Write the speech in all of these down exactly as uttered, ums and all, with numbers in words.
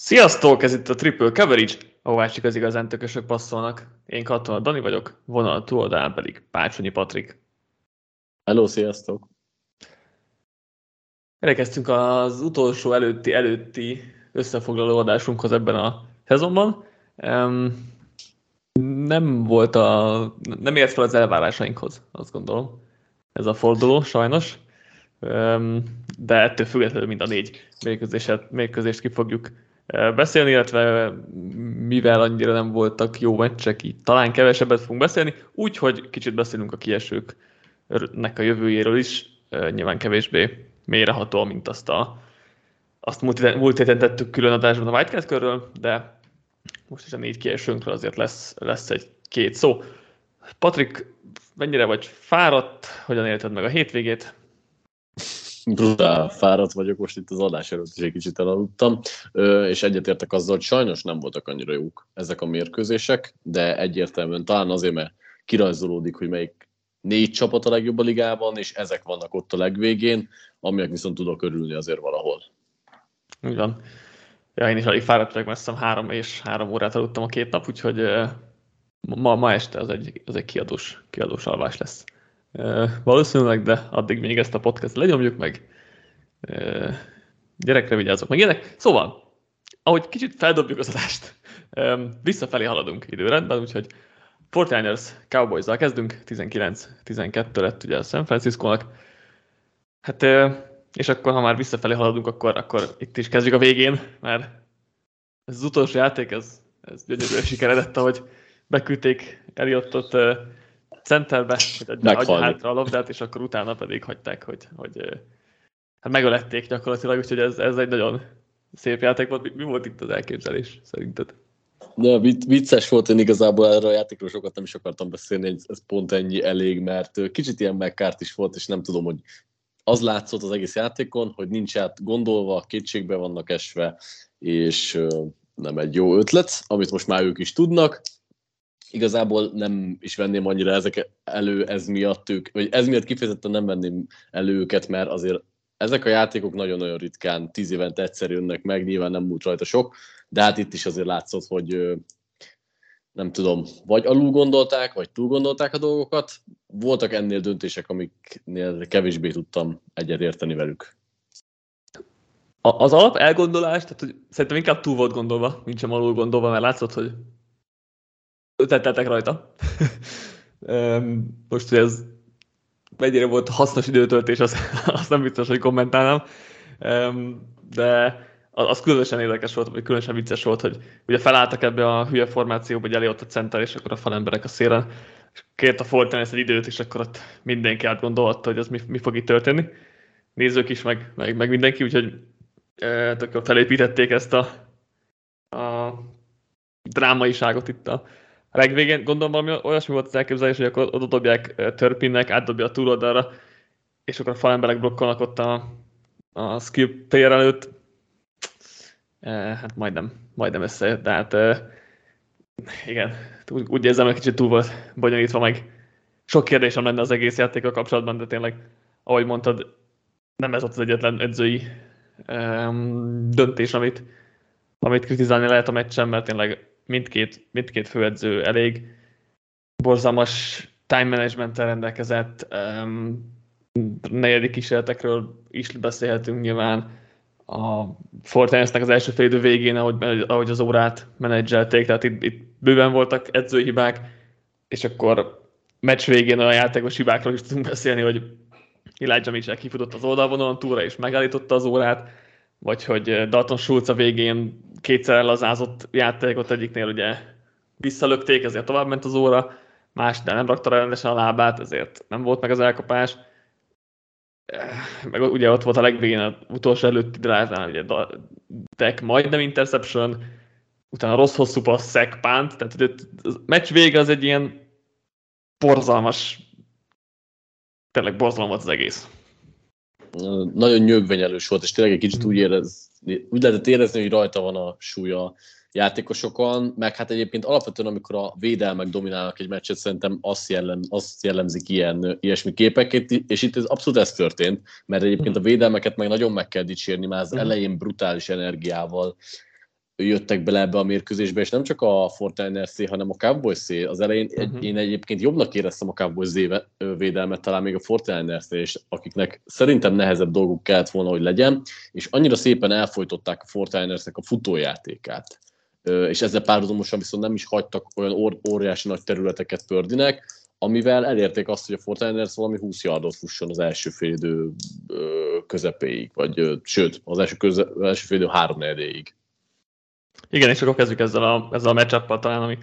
Sziasztok! Ez itt a Triple Coverage, ahová csak az igazán tökösök passzolnak. Én Katona Dani vagyok, vonal túloldalán pedig Pácsonyi Patrik. Hello, sziasztok! Elkezdtünk az utolsó előtti előtti összefoglaló adásunkhoz ebben a szezonban. Um, nem volt a... nem ért fel az elvárásainkhoz, azt gondolom. Ez a forduló, sajnos. Um, de ettől függetlenül mind a négy mérkőzést, mérkőzést ki fogjuk beszélni, illetve mivel annyira nem voltak jó meccsek, így talán kevesebbet fogunk beszélni, úgyhogy kicsit beszélünk a kiesőknek a jövőjéről is, nyilván kevésbé mélyreható, mint azt a azt múlt, múlt héten tettük külön adásban a Wildcard körről, de most is a négy kiesőnkről azért lesz, lesz egy-két szó. Patrik, mennyire vagy fáradt, hogyan élted meg a hétvégét? Brutál fáradt vagyok, most itt az adás előtt is egy kicsit elaludtam, és egyetértek azzal, hogy sajnos nem voltak annyira jók ezek a mérkőzések, de egyértelműen talán azért, mert kirajzolódik, hogy melyik négy csapat a legjobb a ligában, és ezek vannak ott a legvégén, amiek viszont tudok örülni azért valahol. Úgy van. Ja, én is alig fáradt vagyok, mert azt hiszem három és három órát aludtam a két nap, úgyhogy ma, ma este az egy, az egy kiadós, kiadós alvás lesz. Uh, valószínűleg, de addig még ezt a podcast lenyomjuk meg. Uh, gyerekre vigyázok, meg ilyenek. Szóval, ahogy kicsit feldobjuk az adást, um, visszafelé haladunk időrendben, úgyhogy negyvenkilences Cowboys-zal kezdünk, tizenkilenc tizenkettő lett ugye a San Francisco-nak. Hát, uh, és akkor, ha már visszafelé haladunk, akkor, akkor itt is kezdjük a végén, mert ez az utolsó játék, ez, ez gyönyörűen sikeredett, ahogy beküldték Eliottot uh, centerbe, hogy adja hátra a labdát, és akkor utána pedig hagyták, hogy, hogy hát megölették gyakorlatilag, úgyhogy ez, ez egy nagyon szép játék volt. Mi volt itt az elképzelés, szerinted? De vicces volt, én igazából erre a játékról sokat nem is akartam beszélni, ez pont ennyi elég, mert kicsit ilyen megkárt is volt, és nem tudom, hogy az látszott az egész játékon, hogy nincs át gondolva, kétségbe vannak esve, és nem egy jó ötlet, amit most már ők is tudnak. Igazából nem is venném annyira ezeket elő ez miatt ők, vagy ez miatt kifejezetten nem venném elő őket, mert azért ezek a játékok nagyon-nagyon ritkán, tíz évente egyszer jönnek meg, nyilván nem múlt rajta sok, de hát itt is azért látszott, hogy nem tudom, vagy alul gondolták, vagy túl gondolták a dolgokat. Voltak ennél döntések, amiknél kevésbé tudtam egyet érteni velük. Az alap elgondolás, tehát hogy szerintem inkább túl volt gondolva, mint sem alul gondolva, mert látszott, hogy tetteltek rajta. Most, hogy ez mennyire volt hasznos időtöltés, azt, azt nem biztos, hogy kommentálnám. De az különösen érdekes volt, vagy különösen vicces volt, hogy ugye felálltak ebbe a hülye formációba, hogy elé ott a center, és akkor a falemberek a szélen. És kért a Fortiners egy időt, és akkor ott mindenki átgondolta, hogy az mi, mi fog itt történni. Nézők is, meg, meg, meg mindenki, úgyhogy e, akkor felépítették ezt a, a drámaiságot itt a A legvégén. Gondolom valami olyasmi volt az elképzelés, hogy akkor oda dobják Turpinnek, átdobja a túloldalra, és akkor a falemberek blokkolnak ott a, a skill player előtt. E, hát majdnem, majdnem összejött, de hát e, igen, úgy, úgy érzem, hogy kicsit túl volt bonyolítva, meg sok kérdésem lenne az egész játékkal kapcsolatban, de tényleg, ahogy mondtad, nem ez volt az egyetlen edzői um, döntés, amit, amit kritizálni lehet a meccsen, mert tényleg mindkét, mindkét főedző elég borzalmas time management-tel rendelkezett, um, negyedik kísérletekről is beszélhetünk nyilván, a Fortinersnek az első fél idő végén, ahogy, ahogy az órát menedzselték, tehát itt, itt bőven voltak edzőhibák, és akkor meccs végén a játékos hibákról is tudunk beszélni, hogy Elijah Mitchell kifutott az oldalvonalon túlra és megállította az órát, vagy hogy Dalton Schultz a végén kétszer elazázott játékot egyiknél ugye visszalökték, ezért tovább ment az óra, más, de nem rakta rendesen a lábát, ezért nem volt meg az elkapás. Meg ugye ott volt a legvégén az utolsó előtti drive-nál, ugye Dak majdnem interception, utána rossz hosszú passz, sack punt, tehát a meccs vége az egy ilyen borzalmas, tényleg borzalom volt az egész. Nagyon nyögvenyelős volt, és tényleg egy kicsit úgy, érez, úgy lehetett érezni, hogy rajta van a súlya játékosokon, meg hát egyébként alapvetően, amikor a védelmek dominálnak egy meccset, szerintem azt, jellem, azt jellemzik ilyen, ilyesmi képeket, és itt ez abszolút ez történt, mert egyébként a védelmeket meg nagyon meg kell dicsérni, már az elején brutális energiával jöttek bele ebbe a mérkőzésbe, és nem csak a negyvenkilencesé, hanem a Cowboys-é. Az elején uh-huh. én egyébként jobbnak éreztem a Cowboys védelmet, talán még a negyvenkilencesé, és akiknek szerintem nehezebb dolguk kellett volna, hogy legyen, és annyira szépen elfojtották a negyvenkilencesnek a futójátékát. És ezzel párhuzamosan viszont nem is hagytak olyan ó- óriási nagy területeket Purdynek, amivel elérték azt, hogy a negyvenkilencesé valami húsz yardot fusson az első félidő közepéig, vagy sőt, az első, köze, az első félidő háromnegyedéig. Igen, és akkor kezdjük ezzel a, ezzel a matchup-pal talán, ami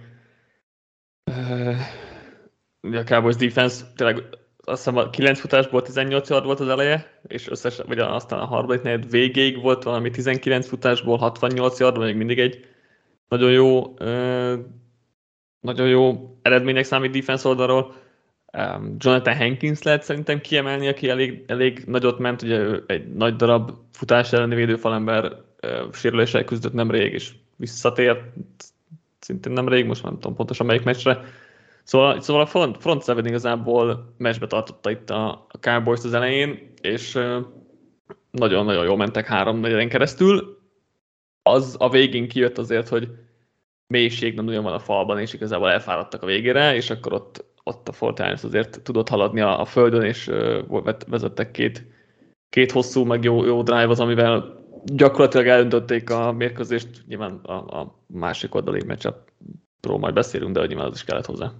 uh, a Cowboys defense tényleg azt hiszem a kilenc futásból tizennyolc yard volt az eleje, és összes, vagy aztán a harmadik negyed végéig volt valami tizenkilenc futásból hatvannyolc yard, még mindig egy nagyon jó, uh, nagyon jó eredmények számít defense oldalról. Um, Jonathan Hankins lehet szerintem kiemelni, aki elég, elég nagyot ment, ugye ő egy nagy darab futás elleni védőfalember, uh, sérüléssel küzdött nemrég, és visszatért szintén nemrég, most nem tudom pontosan melyik meccsre. Szóval, szóval a front, front seven igazából meccsbe tartotta itt a, a Cowboys az elején, és uh, nagyon-nagyon jól mentek három negyeden keresztül. Az a végén kijött azért, hogy mélység nem nagyon van a falban, és igazából elfáradtak a végére, és akkor ott, ott a negyvenkilencesé azért tudott haladni a, a földön, és uh, vezettek két, két hosszú, meg jó, jó drive-ot, amivel gyakorlatilag eldöntötték a mérkőzést. Nyilván a, a másik oldali matchupról majd beszélünk, de nyilván az is kellett hozzá.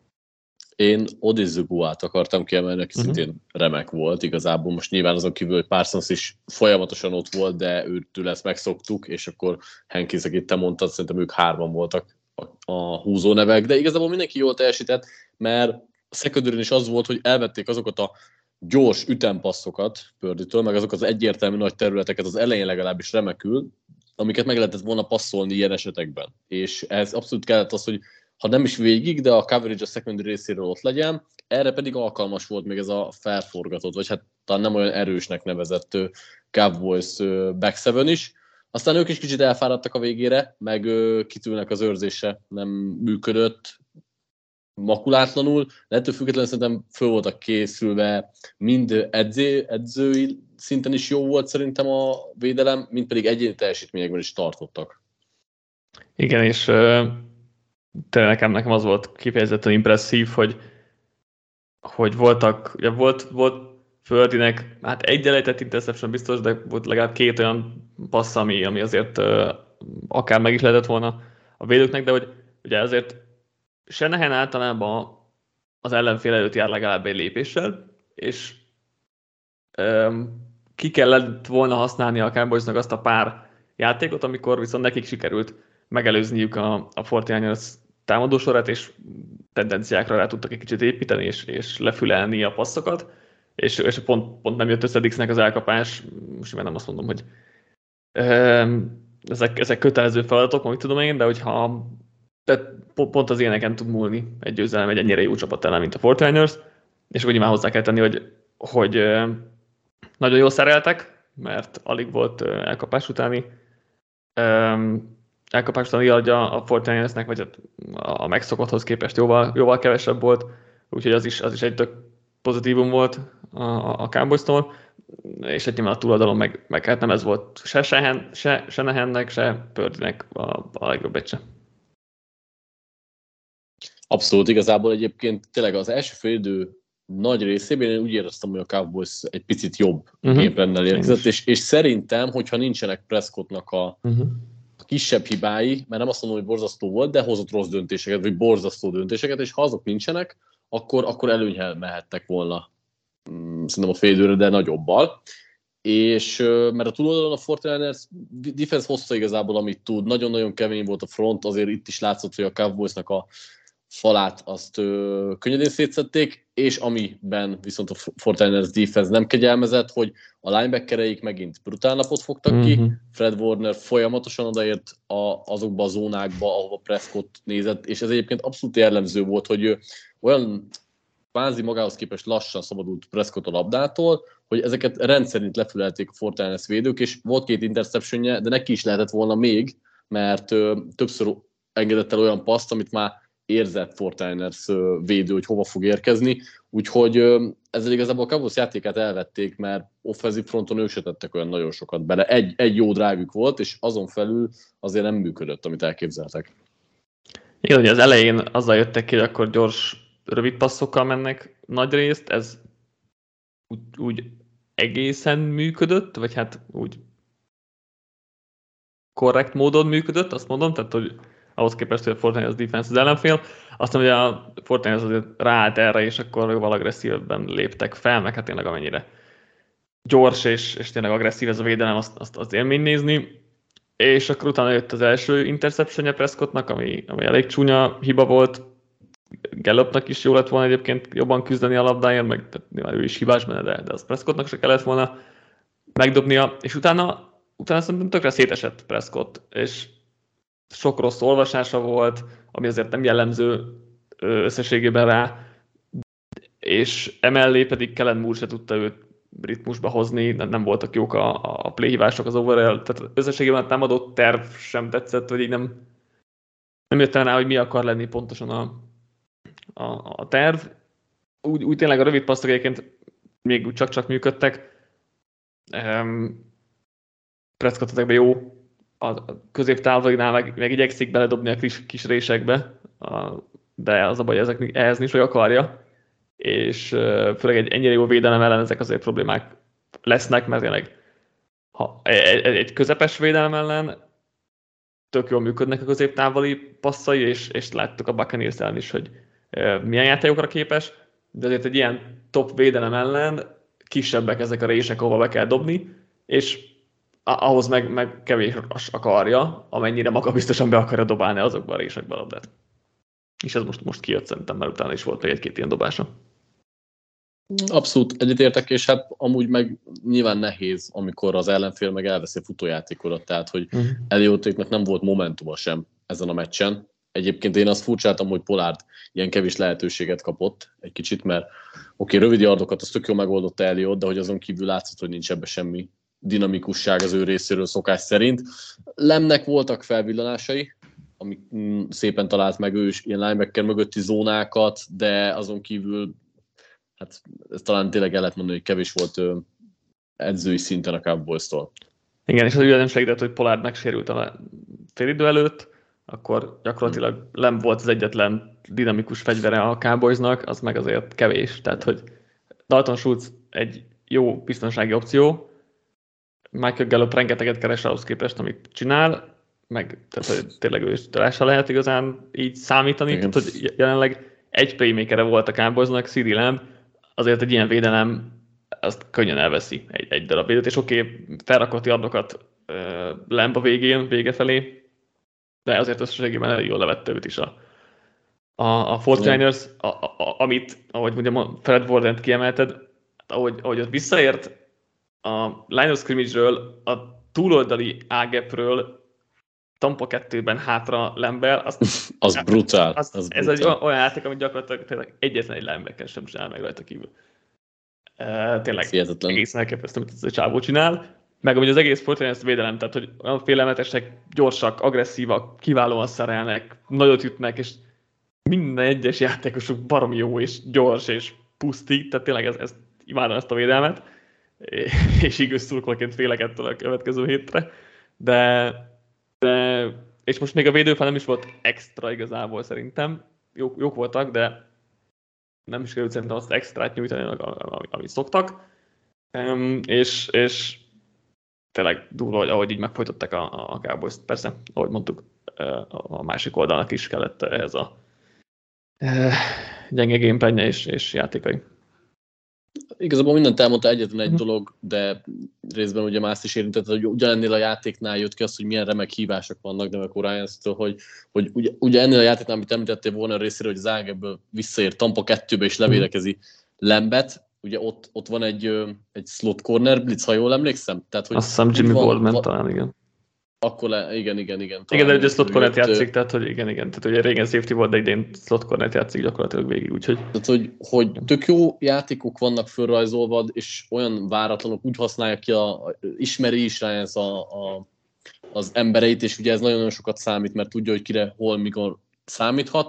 Én Odizuguát akartam kiemelni, aki uh-huh. szintén remek volt igazából. Most nyilván azon kívül, hogy Parsons is folyamatosan ott volt, de őtől ezt megszoktuk, és akkor Hankins, akit te mondtad, szerintem ők hárman voltak a, a húzónevek, de igazából mindenki jól teljesített, mert a secondary-n is az volt, hogy elvették azokat a gyors ütempasszokat Purdytől, meg azokat az egyértelmű nagy területeket az elején legalábbis remekül, amiket meg lehetett volna passzolni ilyen esetekben. És ez abszolút kellett az, hogy ha nem is végig, de a coverage a secondary részéről ott legyen, erre pedig alkalmas volt még ez a felforgatott, vagy hát talán nem olyan erősnek nevezett Cowboys back seven is. Aztán ők is kicsit elfáradtak a végére, meg kitűnnek az őrzése nem működött makulátlanul, de ettől függetlenül szerintem föl voltak készülve, mind edző, edzői szinten is jó volt szerintem a védelem, mind pedig egyéni teljesítményekben is tartottak. Igen, és uh, tényleg nekem, nekem az volt kifejezetten impresszív, hogy, hogy voltak, ugye volt, volt Purdynek, hát egy elejtett interception biztos, de volt legalább két olyan passz, ami, ami azért uh, akár meg is lehetett volna a védőknek, de hogy ugye azért Shanahan általában az ellenfél előtt jár legalább egy lépéssel, és um, ki kellett volna használni a Cowboysnak azt a pár játékot, amikor viszont nekik sikerült megelőzniük a, a negyvenkilencesé támadósorát, és tendenciákra rá tudtak egy kicsit építeni, és, és lefülelni a passzokat, és, és pont, pont nem jött össze Dixnek az elkapás, most már nem azt mondom, hogy um, ezek, ezek kötelező feladatok, amit tudom én, de hogyha tehát pont az ilyeneken tud múlni egy győzelem egy ennyire jó csapat ellen, mint a negyvenkilencesé, és úgy nyilván hozzá kell tenni, hogy, hogy nagyon jól szereltek, mert alig volt elkapás utáni elkapás utáni adja a negyvenkilencesnek, vagy a megszokotthoz képest jóval, jóval kevesebb volt, úgyhogy az is, az is egy tök pozitívum volt a, a Cowboys-tól, és egy nyilván a túloldalon meg, meg hát nem ez volt se Shanahan, se Shanahannek, se Purdynek a, a legjobb meccse. Abszolút, igazából egyébként tényleg az első félidő nagy részében én úgy éreztem, hogy a Cowboys egy picit jobb uh-huh. géprennel érkezett, és, és szerintem, hogyha nincsenek Prescottnak a, uh-huh. a kisebb hibái, mert nem azt mondom, hogy borzasztó volt, de hozott rossz döntéseket, vagy borzasztó döntéseket, és ha azok nincsenek, akkor, akkor előnyel mehettek volna szerintem a félidőre, de nagyobbal. És mert a túloldalon a negyvenkilencesé defense hozta igazából, amit tud, nagyon-nagyon kemény volt a front, azért itt is látszott, hogy a Cowboysnak a falát azt ö, könnyedén szétszették, és amiben viszont a negyvenkilencesé defense nem kegyelmezett, hogy a linebackereik megint brutál napot fogtak uh-huh. ki, Fred Warner folyamatosan odaért a, azokba a zónákba, ahova Prescott nézett, és ez egyébként abszolút jellemző volt, hogy ő olyan kvázi magához képest lassan szabadult Prescott a labdától, hogy ezeket rendszerint lefülelték a negyvenkilencesé védők, és volt két interceptionje, de neki is lehetett volna még, mert ö, többször engedett el olyan paszt, amit már érzett negyvenkilencesé védő, hogy hova fog érkezni, Úgyhogy ezzel igazából a Cowboys játékát elvették, mert offenzív fronton ők se tettek olyan nagyon sokat bele. Egy, egy jó drive-ük volt, és azon felül azért nem működött, amit elképzeltek. Igen, ugye az elején azzal jöttek ki, hogy akkor gyors, rövid passzokkal mennek nagy részt, ez úgy, úgy egészen működött, vagy hát úgy korrekt módon működött, azt mondom, tehát hogy ahhoz képest, hogy a Fortnite defense az ellenfél, aztán ugye a Fortnite azért ráállt erre, és akkor jóval agresszívebben léptek fel, meg hát tényleg amennyire gyors és, és tényleg agresszív ez a védelem, azt, azt, azt élmény nézni. És akkor utána jött az első interceptionje Prescottnak, ami, ami elég csúnya hiba volt. Gallupnak is jó lett volna egyébként jobban küzdeni a labdáért, meg tehát ő is hibás benne, de, de az Prescottnak se kellett volna megdobnia. És utána, utána szerintem tökre szétesett Prescott, és sok rossz olvasása volt, ami azért nem jellemző összességében rá, és emellé pedig Kellen Moore se tudta őt ritmusba hozni, nem, nem voltak jók a, a playhívások, az overall, tehát összességében nem adott terv sem tetszett, hogy így nem, nem jött el rá, hogy mi akar lenni pontosan a, a, a terv. Úgy, úgy tényleg a rövid passzok egyébként még úgy csak-csak működtek. Um, Prescott ezekben jó, a középtávolagnál meg, meg igyekszik beledobni a kis, kis résekbe, a, de az a baj, ezek, ehhez nincs, hogy akarja. És uh, főleg egy ennyire jó védelem ellen ezek azért problémák lesznek, mert tényleg ha egy, egy közepes védelem ellen tök jól működnek a középtávoli passzai, és, és láttuk a Buccaneers ellen is, hogy uh, milyen játékokra képes, de azért egy ilyen top védelem ellen kisebbek ezek a rések, ahova be kell dobni, és ahhoz meg, meg kevés akarja, amennyire magabiztosan be akarja dobálni azokban a résekben a labdát. És ez most, most kijött szerintem, mert utána is volt még egy-két ilyen dobása. Abszolút egyetértek, és hát amúgy meg nyilván nehéz, amikor az ellenfél meg elveszi a futójátékodat, tehát hogy uh-huh. Elliottnak nem volt momentuma sem ezen a meccsen. Egyébként én azt furcsáltam, hogy Pollard ilyen kevés lehetőséget kapott egy kicsit, mert oké, okay, rövid yardokat azt tök jól megoldotta Elliott, de hogy azon kívül látszott, hogy nincs ebbe semmi dinamikusság az ő részéről szokás szerint. Lemnek voltak felvillanásai, amik mm, szépen talált meg ő is ilyen linebacker mögötti zónákat, de azon kívül hát ez talán tényleg el lehet mondani, hogy kevés volt ö, edzői szinten a Cowboys-tól. Igen, és az ugye nem segített, hogy Pollard megsérült a félidő előtt, akkor gyakorlatilag hmm. Lem volt az egyetlen dinamikus fegyvere a Cowboysnak, az meg azért kevés. Tehát, hogy Dalton Schultz egy jó biztonsági opció, Michael Gallup rengeteget keres ahhoz képest, amit csinál, meg tehát, hogy tényleg ő is rá lehet igazán így számítani, tehát, hogy jelenleg egy playmaker-e volt a Cowboysnak, CeeDee Lamb, azért egy ilyen védelem azt könnyen elveszi egy, egy darab védőt, és oké, okay, felrakott yardokat uh, Lamb a végén, vége felé, de azért összességében elég jól levette őt is a, a, a negyvenkilencesers, a, a, a, amit, ahogy mondjam, Fred Warden-t kiemelted, ahogy, ahogy ott visszaért a line of scrimmage-ről, a túloldali ágepről Tampa kettőben hátra Lambel, azt, az brutál. Az, az ez brutál. egy olyan játék, amit gyakorlatilag tényleg egyetlen egy linebacker sem csinál meg rajta kívül. Uh, tényleg Hihetetlen. Egészen elképesztő, amit ez a csávó csinál. Meg amúgy az egész Fortnite védelem, tehát hogy olyan félelmetesek, gyorsak, agresszívak, kiválóan szerelnek, nagyot ütnek, és minden egyes játékosuk baromi jó, és gyors, és puszti, tehát tényleg ez, ez imádom ezt a védelmet, és igaz szurkolként félek ettől a következő hétre, de, de és most még a védőfel nem is volt extra igazából szerintem, jók, jók voltak, de nem is került szerintem azt extrát nyújtani, amit szoktak, um, és, és tényleg durva, hogy ahogy így megfojtották a, a Cowboys. Persze, ahogy mondtuk, a másik oldalnak is kellett ehhez a gyenge gameplanje és, és játékai. Igazából mindent elmondta, egyetlen egy uh-huh. dolog, de részben ugye más is érintett, hogy ugyanennél a játéknál jött ki az, hogy milyen remek hívások vannak Demeco Ryans-től, hogy, hogy ugye, ugye ennél a játéknál, amit említettél volna részéről, hogy Zágebből visszaér Tampa kettőbe és levédekezi Lambet, ugye ott, ott van egy, egy slot corner blitz, ha jól emlékszem. Tehát, hogy azt hiszem Jimmy Waldman talán, igen. Akkor le, igen, igen, igen. Igen, de ugye slot cornert játszik, tehát hogy igen, igen. Tehát ugye régen safety volt, de idén slot cornert játszik gyakorlatilag végig, úgyhogy... Tehát, hogy, hogy tök jó játékok vannak fölrajzolva, és olyan váratlanok, úgy használják ki, a, a, ismeri is rá ez a, a, az embereit, és ugye ez nagyon-nagyon sokat számít, mert tudja, hogy kire, hol, mikor számíthat,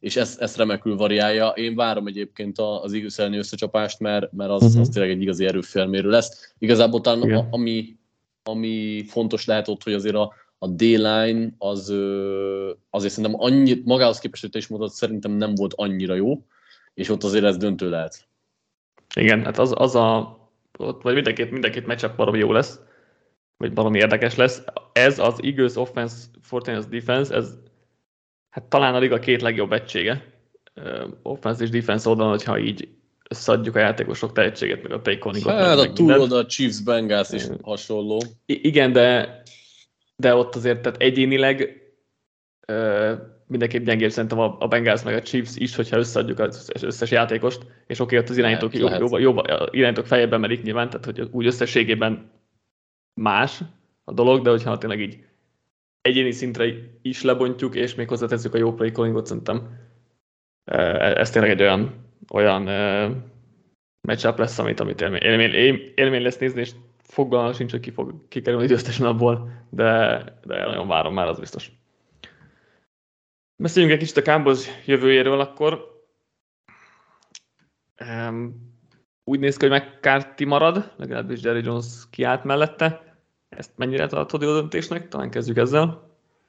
és ezt, ezt remekül variálja. Én várom egyébként az Eagles elleni összecsapást, mert, mert az, uh-huh. az tényleg egy igazi erőfelmérő lesz. Igazából talán a, ami, ami fontos lehet ott, hogy azért a, a D-line az azért szerintem annyit, magához képest, hogy te is mondod, szerintem nem volt annyira jó, és ott azért ez döntő lehet. Igen, hát az, az a, ott, vagy mindenkit, mindenkit matchup baromi jó lesz, vagy baromi érdekes lesz. Ez az Eagles offense, negyvenkilences defense, ez hát talán a liga két legjobb egysége. Uh, offense és defense oldalon, hogyha így összeadjuk a játékosok tehetséget, meg a take-oningot. Hát a túloldal a Chiefs Bengals is uh, hasonló. I- igen, de, de ott azért tehát egyénileg uh, mindenképp gyengébb szerintem a, a Bengals meg a Chiefs is, hogyha összeadjuk az összes játékost, és oké, okay, ott az irányítók jobb, jobb, jobb, irányítók feljebb emelik nyilván, tehát hogy úgy összességében más a dolog, de hogyha tényleg így egyéni szintre is lebontjuk, és még hozzátesszük a jó play callingot, szerintem ez tényleg egy olyan, olyan uh, matchup lesz, amit, amit élmény, élmény, élmény lesz nézni, és fogalmam sincs, hogy ki fog kikerülni győztesen abból, de, de nagyon várom már, az biztos. Beszéljünk egy kicsit a Cowboys jövőjéről akkor. Um, úgy néz ki, hogy McCarthy marad, legalábbis Jerry Jones kiállt mellette. Ezt mennyire tartod jó döntésnek? Talán kezdjük ezzel.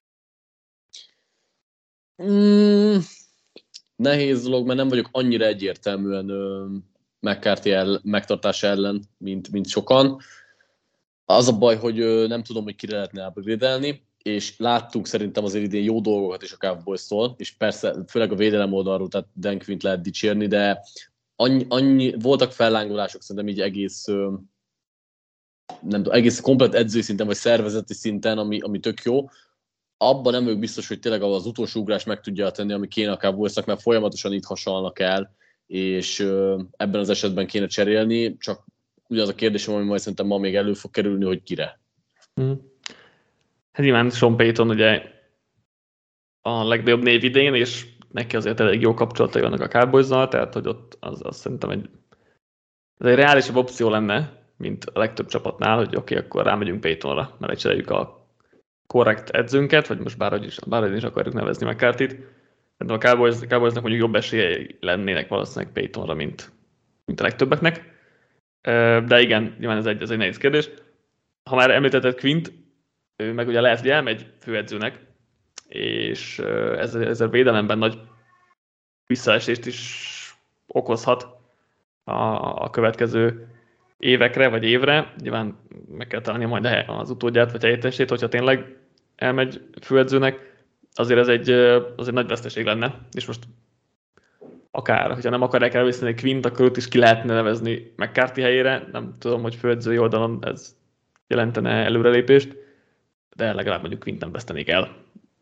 Mm, nehéz dolog, mert nem vagyok annyira egyértelműen ö, McCarthy el, megtartása ellen, mint, mint sokan. Az a baj, hogy ö, nem tudom, hogy kire lehetne upgrade-elni, és láttunk szerintem azért idén jó dolgokat is a Cowboys-tól, és persze főleg a védelem oldalról, tehát Dan Quint lehet dicsérni, de annyi, annyi, voltak fellángolások szerintem így egész, ö, nem tudom, egész komplet edzői szinten, vagy szervezeti szinten, ami, ami tök jó. Abban nem vagyok biztos, hogy tényleg az utolsó ugrás meg tudja tenni, ami kéne a Cowboysnak, mert folyamatosan itt hasalnak el, és ö, ebben az esetben kéne cserélni, csak ugye az a kérdésem, ami majd szerintem ma még elő fog kerülni, hogy kire. Hmm. Hát nyilván Sean Payton ugye a legnagyobb név idén, és neki azért elég jó kapcsolatai vannak a Cowboys-zal, tehát hogy ott az, az szerintem egy, ez egy reálisabb opció lenne, mint a legtöbb csapatnál, hogy oké, okay, akkor rámegyünk Paytonra, mert cseréljük a korrekt edzőnket, vagy most bárhogy is, bárhogy is akarjuk nevezni McCarthyt. A Cowboys, Cowboysnak mondjuk jobb esélyei lennének valószínűleg Paytonra, mint, mint a legtöbbeknek. De igen, nyilván ez egy, ez egy nehéz kérdés. Ha már említetted Quint, ő meg ugye lehet, hogy elmegy főedzőnek, és ezzel, ezzel védelemben nagy visszaesést is okozhat a, a következő évekre, vagy évre. Nyilván meg kell találni majd az utódját, vagy helyettesét, hogyha tényleg elmegy főedzőnek. Azért ez egy, az egy nagy veszteség lenne, és most akár, hogyha nem akarják elvészteni Quint, akkor őt is ki lehetne nevezni McCarthy helyére. Nem tudom, hogy főedzői oldalon ez jelentene előrelépést, de legalább mondjuk Quint nem vesztenék el.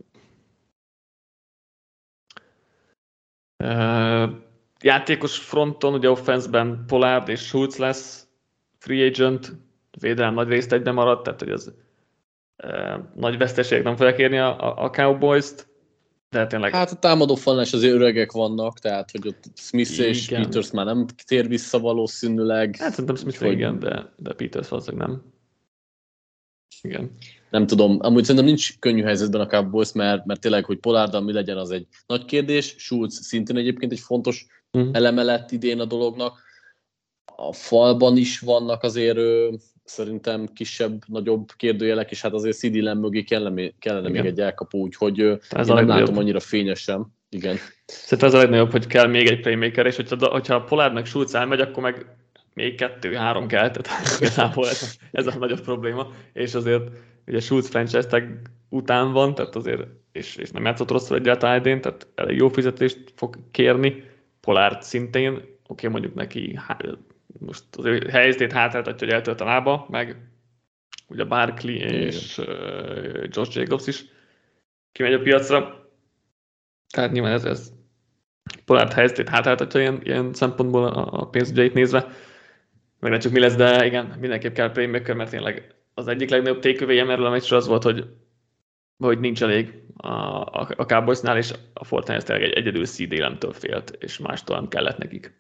Uh, játékos fronton, ugye offenszben Pollard és Schultz lesz, free agent, védelem nagy részt egyben maradt, tehát hogy az uh, nagy veszteség nem fogják érni a, a Cowboys-t, de tényleg... Hát a támadó falnás azért öregek vannak, tehát hogy ott Smith igen. és Peters már nem tér vissza valószínűleg. Hát szerintem Smith hogy... igen, de, de Peters valószínűleg nem. Igen. Nem tudom, amúgy szerintem nincs könnyű helyzetben a Cowboys, mert, mert tényleg, hogy Pollarddal mi legyen, az egy nagy kérdés. Schultz szintén egyébként egy fontos uh-huh. eleme lett idén a dolognak. A falban is vannak azért ö, szerintem kisebb, nagyobb kérdőjelek, és hát azért Szidi Lamb mögé kellene, kellene még egy elkapó, úgyhogy ö, én nem látom annyira fényesen. Igen. Szerintem ez a legnagyobb, hogy kell még egy playmaker, és hogyha, hogyha Pollard meg Schultz elmegy, akkor meg még kettő-három kell, tehát igazából ez, ez a nagyobb probléma, és azért ugye Schultz franchise tag után van, tehát azért, és, és nem játszott rosszul egyáltalán idén, tehát elég jó fizetést fog kérni, Pollard szintén, oké, okay, mondjuk neki most az ő helyzetét hátráltatja, hogy eltölt a lába, meg ugye Barkley és uh, Josh Jacobs is kimegy a piacra, tehát nyilván ez, ez Pollard helyzetét hátráltatja ilyen, ilyen szempontból a, a pénzügyeit nézve, meg csak mi lesz, de igen, mindenképp kell playmaker, mert tényleg az egyik legnagyobb takeaway-em erről a meccsről az volt, hogy, hogy nincs elég a, a, a Cowboysnál, és a Fortnite tényleg egy egyedül C D Lamb-től félt, és mástól nem kellett nekik.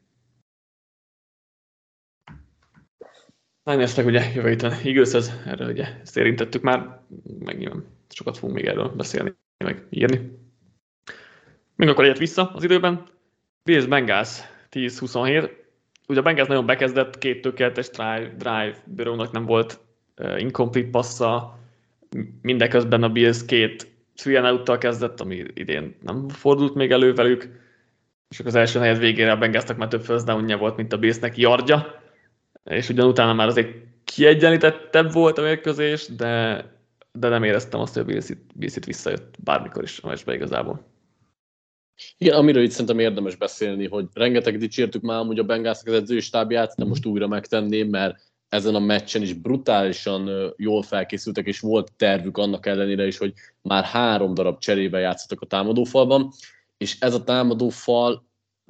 Niners-nek ugye jövő héten Eagles-hez, erről ugye ezt érintettük már, meg nyilván sokat fogunk még erről beszélni, meg írni. Még akkor egyet vissza az időben. Bills Bengals tíz huszonhét. Ugye a Bengals nagyon bekezdett, két tökéletes drive, drive Burrownak nem volt uh, incomplete passza, mindeközben a Bills két three and out-tal kezdett, ami idén nem fordult még elő velük, és az első negyed végére a Bengalsnak már több first downja volt, mint a Billsnek yardja, és ugyanutána már azért kiegyenlítettebb volt a mérkőzés, de, de nem éreztem azt, hogy a Bills itt, Bills itt visszajött bármikor is a meccsbe igazából. Igen, amiről itt szerintem érdemes beszélni, hogy rengeteg dicsértük már amúgy a Bengalsnak az edzőstábját, de most újra megtenném, mert ezen a meccsen is brutálisan jól felkészültek, és volt tervük annak ellenére is, hogy már három darab cserével játszottak a támadófalban, és ez a támadófal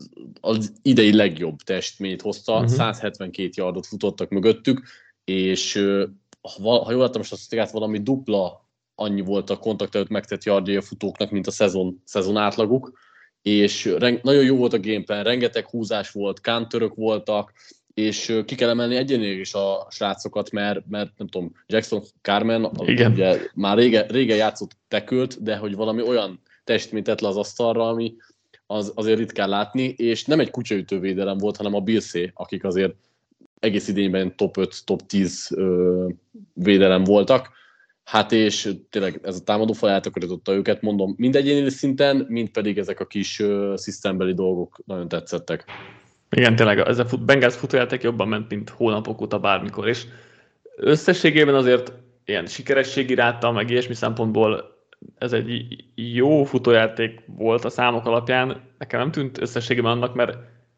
az idei legjobb teljesítményt hozta, uh-huh. száz hetvenkét yardot futottak mögöttük, és ha jól láttam most a statisztikát, valami dupla annyi volt a kontakt előtt megtett yardjai a futóknak, mint a szezon, szezon átlaguk, és reng- nagyon jó volt a gameplan, rengeteg húzás volt, counterök voltak, és ki kell emelni egyénileg is a srácokat, mert, mert nem tudom, Jackson Carmen ugye már régen, régen játszott tekült, de hogy valami olyan teljesítményt tett le az asztalra, ami az, azért ritkán látni, és nem egy kutyaütő védelem volt, hanem a Billsé, akik azért egész idényben top öt, top tíz ö, védelem voltak. Hát és tényleg ez a támadófal eltakarította őket, mondom, mind egyéni szinten, mind pedig ezek a kis uh, szisztembeli dolgok nagyon tetszettek. Igen, tényleg ez a fut, Bengals futójáték jobban ment, mint hónapok óta bármikor, és összességében azért ilyen sikerességi ráta, meg ilyesmi szempontból ez egy jó futójáték volt a számok alapján. Nekem nem tűnt összességében annak, mert,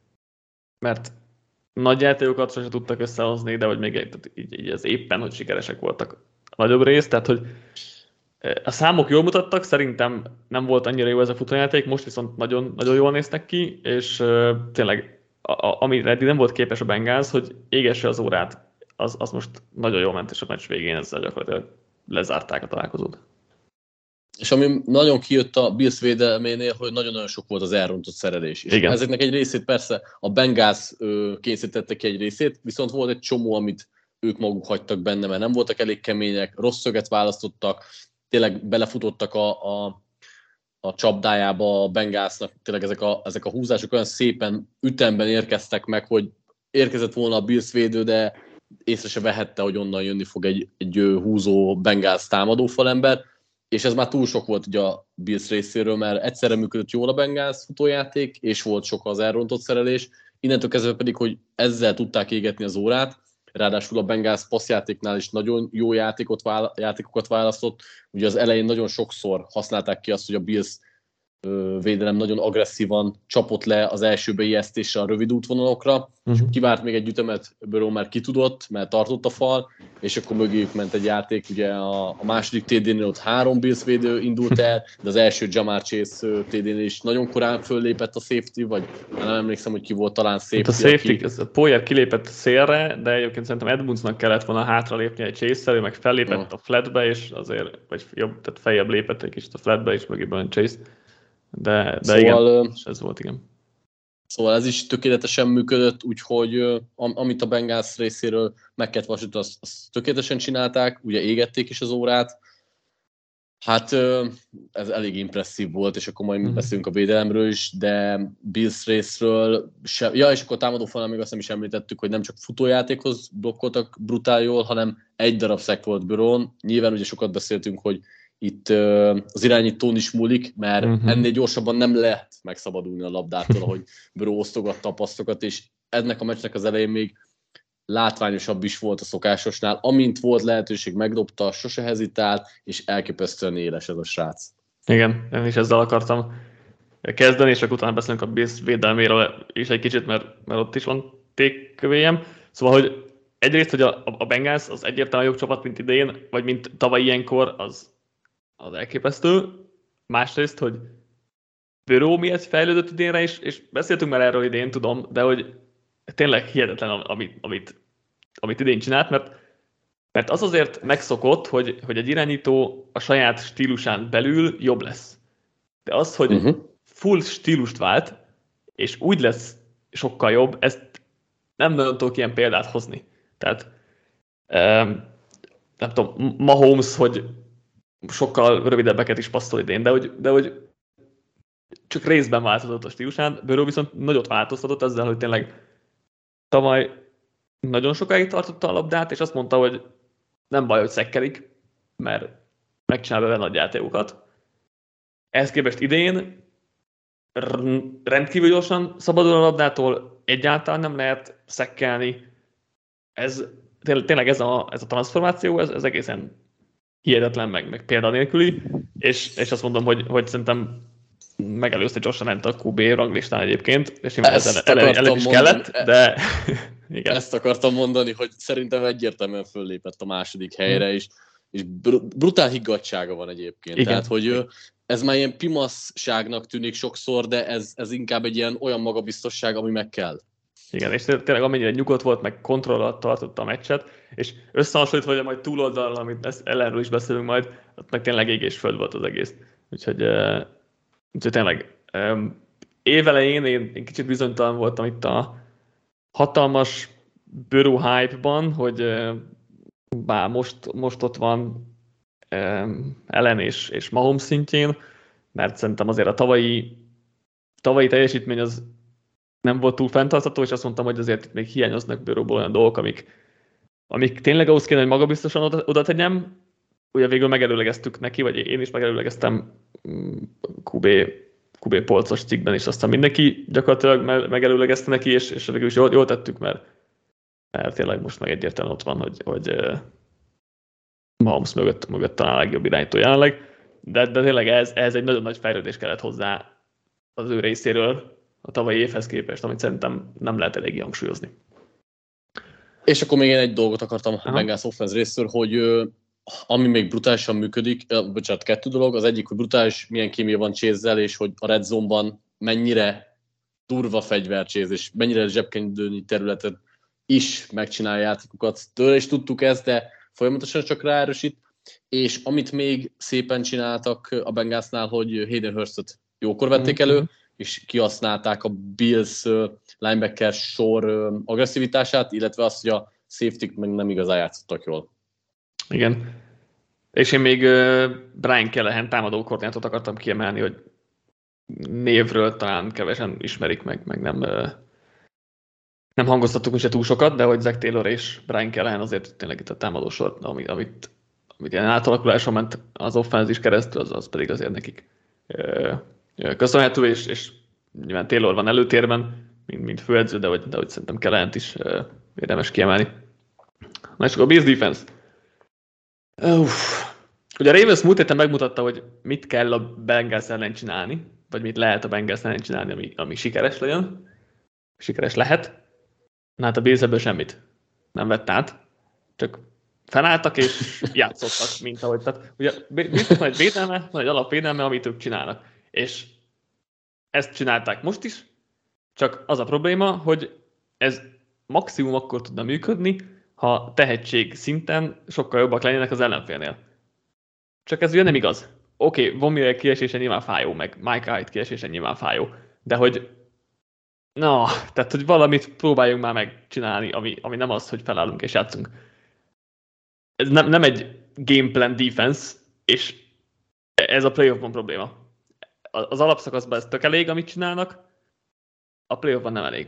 mert nagy játékokat sosem tudtak összehozni, de hogy még így, így ez éppen, hogy sikeresek voltak a nagyobb rész, tehát hogy a számok jól mutattak, szerintem nem volt annyira jó ez a futójáték, most viszont nagyon, nagyon jól néztek ki, és uh, tényleg a, a, amire eddig nem volt képes a Bengals, hogy égesse az órát, az, az most nagyon jól ment, és a meccs végén ezzel gyakorlatilag lezárták a találkozót. És ami nagyon kijött a Bills védelménél, hogy nagyon-nagyon sok volt az elrontott szerelés is. Igen. Ezeknek egy részét persze a Bengals kényszerítette ki egy részét, viszont volt egy csomó, amit ők maguk hagytak benne, mert nem voltak elég kemények, rossz szöget választottak, tényleg belefutottak a, a, a csapdájába a Bengalsnak, tényleg ezek a, ezek a húzások olyan szépen ütemben érkeztek meg, hogy érkezett volna a Bills védő, de észre se vehette, hogy onnan jönni fog egy, egy húzó Bengals támadó falember, és ez már túl sok volt ugye a Bills részéről, mert egyszerre működött jól a Bengals futójáték, és volt sok az elrontott szerelés, innentől kezdve pedig, hogy ezzel tudták égetni az órát, ráadásul a Bengals passzjátéknál is nagyon jó játékot, játékokat választott. Ugye az elején nagyon sokszor használták ki azt, hogy a Bills védelem nagyon agresszívan csapott le az első beijesztésre a rövid útvonalokra, uh-huh. és kivárt még egy ütemet, Burrow már kitudott, mert tartott a fal, és akkor mögéjük ment egy játék, ugye a, a második té dé-nél ott három Bills védő indult el, de az első Ja'Marr Chase té dé-nél is nagyon korán föllépett a safety, vagy nem emlékszem, hogy ki volt, talán safety. A safety, aki... a Poyer kilépett szélre, de egyébként szerintem Edmundsnak kellett volna hátralépni egy Chase-szel, ő meg fellépett uh-huh. a flatbe, és azért, vagy jobb, tehát feljebb lépett egy kicsit a flatbe, és mögében Chase. De, de szóval, igen, ez volt, igen. Szóval ez is tökéletesen működött, úgyhogy am, amit a Bengals részéről meg kellett vasítani, azt, azt tökéletesen csinálták, ugye égették is az órát. Hát ez elég impresszív volt, és akkor majd mm-hmm. beszélünk a védelemről is, de Bills részről sem. Ja, és akkor a támadófalnál még azt nem is említettük, hogy nem csak futójátékhoz blokkoltak brutál jól, hanem egy darab sack volt Burrown. Nyilván ugye sokat beszéltünk, hogy itt uh, az irányítón is múlik, mert uh-huh. ennél gyorsabban nem lehet megszabadulni a labdától, ahogy Burrow osztogatta a passzokat, és ennek a meccsnek az elején még látványosabb is volt a szokásosnál. Amint volt lehetőség, megdobta, sose hezitált, és elképesztően éles ez a srác. Igen, én is ezzel akartam kezdeni, és akkor utána beszélünk a Bills védelméről is egy kicsit, mert, mert ott is van tékvéjem. Szóval, hogy egyrészt, hogy a, a Bengals az egyértelműen jobb csapat, mint idén, vagy mint tavaly ilyenkor, az az elképesztő. Másrészt, hogy Burrow miért fejlődött idénre is, és beszéltünk már erről idén, tudom, de hogy tényleg hihetetlen, amit, amit, amit idén csinált, mert, mert az azért megszokott, hogy, hogy egy irányító a saját stílusán belül jobb lesz. De az, hogy uh-huh. full stílust vált, és úgy lesz sokkal jobb, ezt nem nagyon tudok ilyen példát hozni. Tehát nem tudom, Mahomes, hogy sokkal rövidebbeket is passzol idén, de hogy, de hogy csak részben változott a stílusán. Burrow viszont nagyot változtatott ezzel, hogy tényleg tavaly nagyon sokáig tartotta a labdát, és azt mondta, hogy nem baj, hogy szekkelik, mert megcsinál vele nagy játékokat. Ehhez képest idén rendkívül gyorsan szabadul a labdától, egyáltalán nem lehet szekkelni. Ez, tényleg ez a, ez a transformáció, ez, ez egészen hihetetlen, meg, meg példanélküli, és, és azt mondom, hogy, hogy szerintem megelőzte gyorsan ment a kú bé ranglistán egyébként, és ez elég is kellett, de igen. Ezt akartam mondani, hogy szerintem egyértelműen föllépett a második helyre, és, és brutál higgadtsága van egyébként. Igen. Tehát, hogy ez már ilyen pimaszságnak tűnik sokszor, de ez, ez inkább egy ilyen olyan magabiztosság, ami meg kell. Igen, és tényleg amennyire nyugodt volt, meg kontroll alatt tartotta a meccset, és összehasonlítva, hogy majd túloldalra, amit ellenről is beszélünk majd, ott meg tényleg ég és föld volt az egész. Úgyhogy, uh, úgyhogy tényleg um, évelején én, én kicsit bizonytalan voltam itt a hatalmas Burrow hype-ban, hogy uh, bár most, most ott van um, Allen és, és Mahomes szintjén, mert szerintem azért a tavalyi, tavalyi teljesítmény az nem volt túl fenntartható, és azt mondtam, hogy azért itt még hiányoznak Burrowból olyan dolgok, amik, amik tényleg ahhoz kéne, hogy magabiztosan oda, oda tegyem. Ugye végül megelőlegeztük neki, vagy én is megelőlegeztem kú bé, kú bé polcos cikkben, és aztán mindenki gyakorlatilag megelőlegezte neki, és, és végül is jól, jól tettük, mert, mert tényleg most meg egyértelműen ott van, hogy, hogy Mahomes mögött, mögött talán a legjobb irányító jelenleg, de, de tényleg ez, ez egy nagyon nagy fejlődés kellett hozzá az ő részéről, a tavalyi évhez képest, amit szerintem nem lehet eléggé hangsúlyozni. És akkor még én egy dolgot akartam a Bengals offense részről, hogy ö, ami még brutálisan működik, ö, bocsánat, kettő dolog, az egyik, hogy brutális milyen kémia van Chase-zel, és hogy a red zone-ban mennyire durva fegyver Chase, és mennyire zsebkendőnyi területet is megcsinálja játékokat. Tőle is tudtuk ezt, de folyamatosan csak ráerősít. És amit még szépen csináltak a Bengalsnál, hogy Hayden Hurstot jókor vették elő, mm-hmm. és kihasználták a Bills uh, linebacker sor uh, agresszivitását, illetve azt, hogy a safety-k meg nem igazán játszottak jól. Igen. És én még uh, Brian Callahan támadó koordinátort akartam kiemelni, hogy névről talán kevesen ismerik meg, meg nem, uh, nem hangoztattuk se túl sokat, de hogy Zach Taylor és Brian Callahan azért tényleg itt a támadó sor, amit, amit, amit ilyen átalakuláson ment az offense is keresztül, az, az pedig azért nekik uh, köszönhető, és, és nyilván Taylor van előtérben, mint, mint főedző, de hogy, de hogy szerintem Kellent is uh, érdemes kiemelni. Na és akkor a Bills defense. Uff. Ugye a Ravens múlt héten megmutatta, hogy mit kell a Bengals ellen csinálni, vagy mit lehet a Bengals ellen csinálni, ami, ami sikeres legyen. Sikeres lehet. Na hát a Bills ebből semmit nem vett át. Csak felálltak és játszottak, mint ahogy. Tehát ugye Billsnek van egy védelme, van egy alapvédelme, amit ők csinálnak. És ezt csinálták most is, csak az a probléma, hogy ez maximum akkor tudna működni, ha tehetség szinten sokkal jobbak lennének az ellenfélnél. Csak ez ugye nem igaz. Oké, okay, Von Miller kiesése nyilván fájó, meg Mike Hyde kiesése nyilván fájó, de hogy na, tehát hogy valamit próbáljunk már megcsinálni, ami, ami nem az, hogy felállunk és játszunk. Ez nem, nem egy gameplan defense, és ez a playoffban probléma. Az alapszakaszban ez tök elég, amit csinálnak, a playoffban nem elég.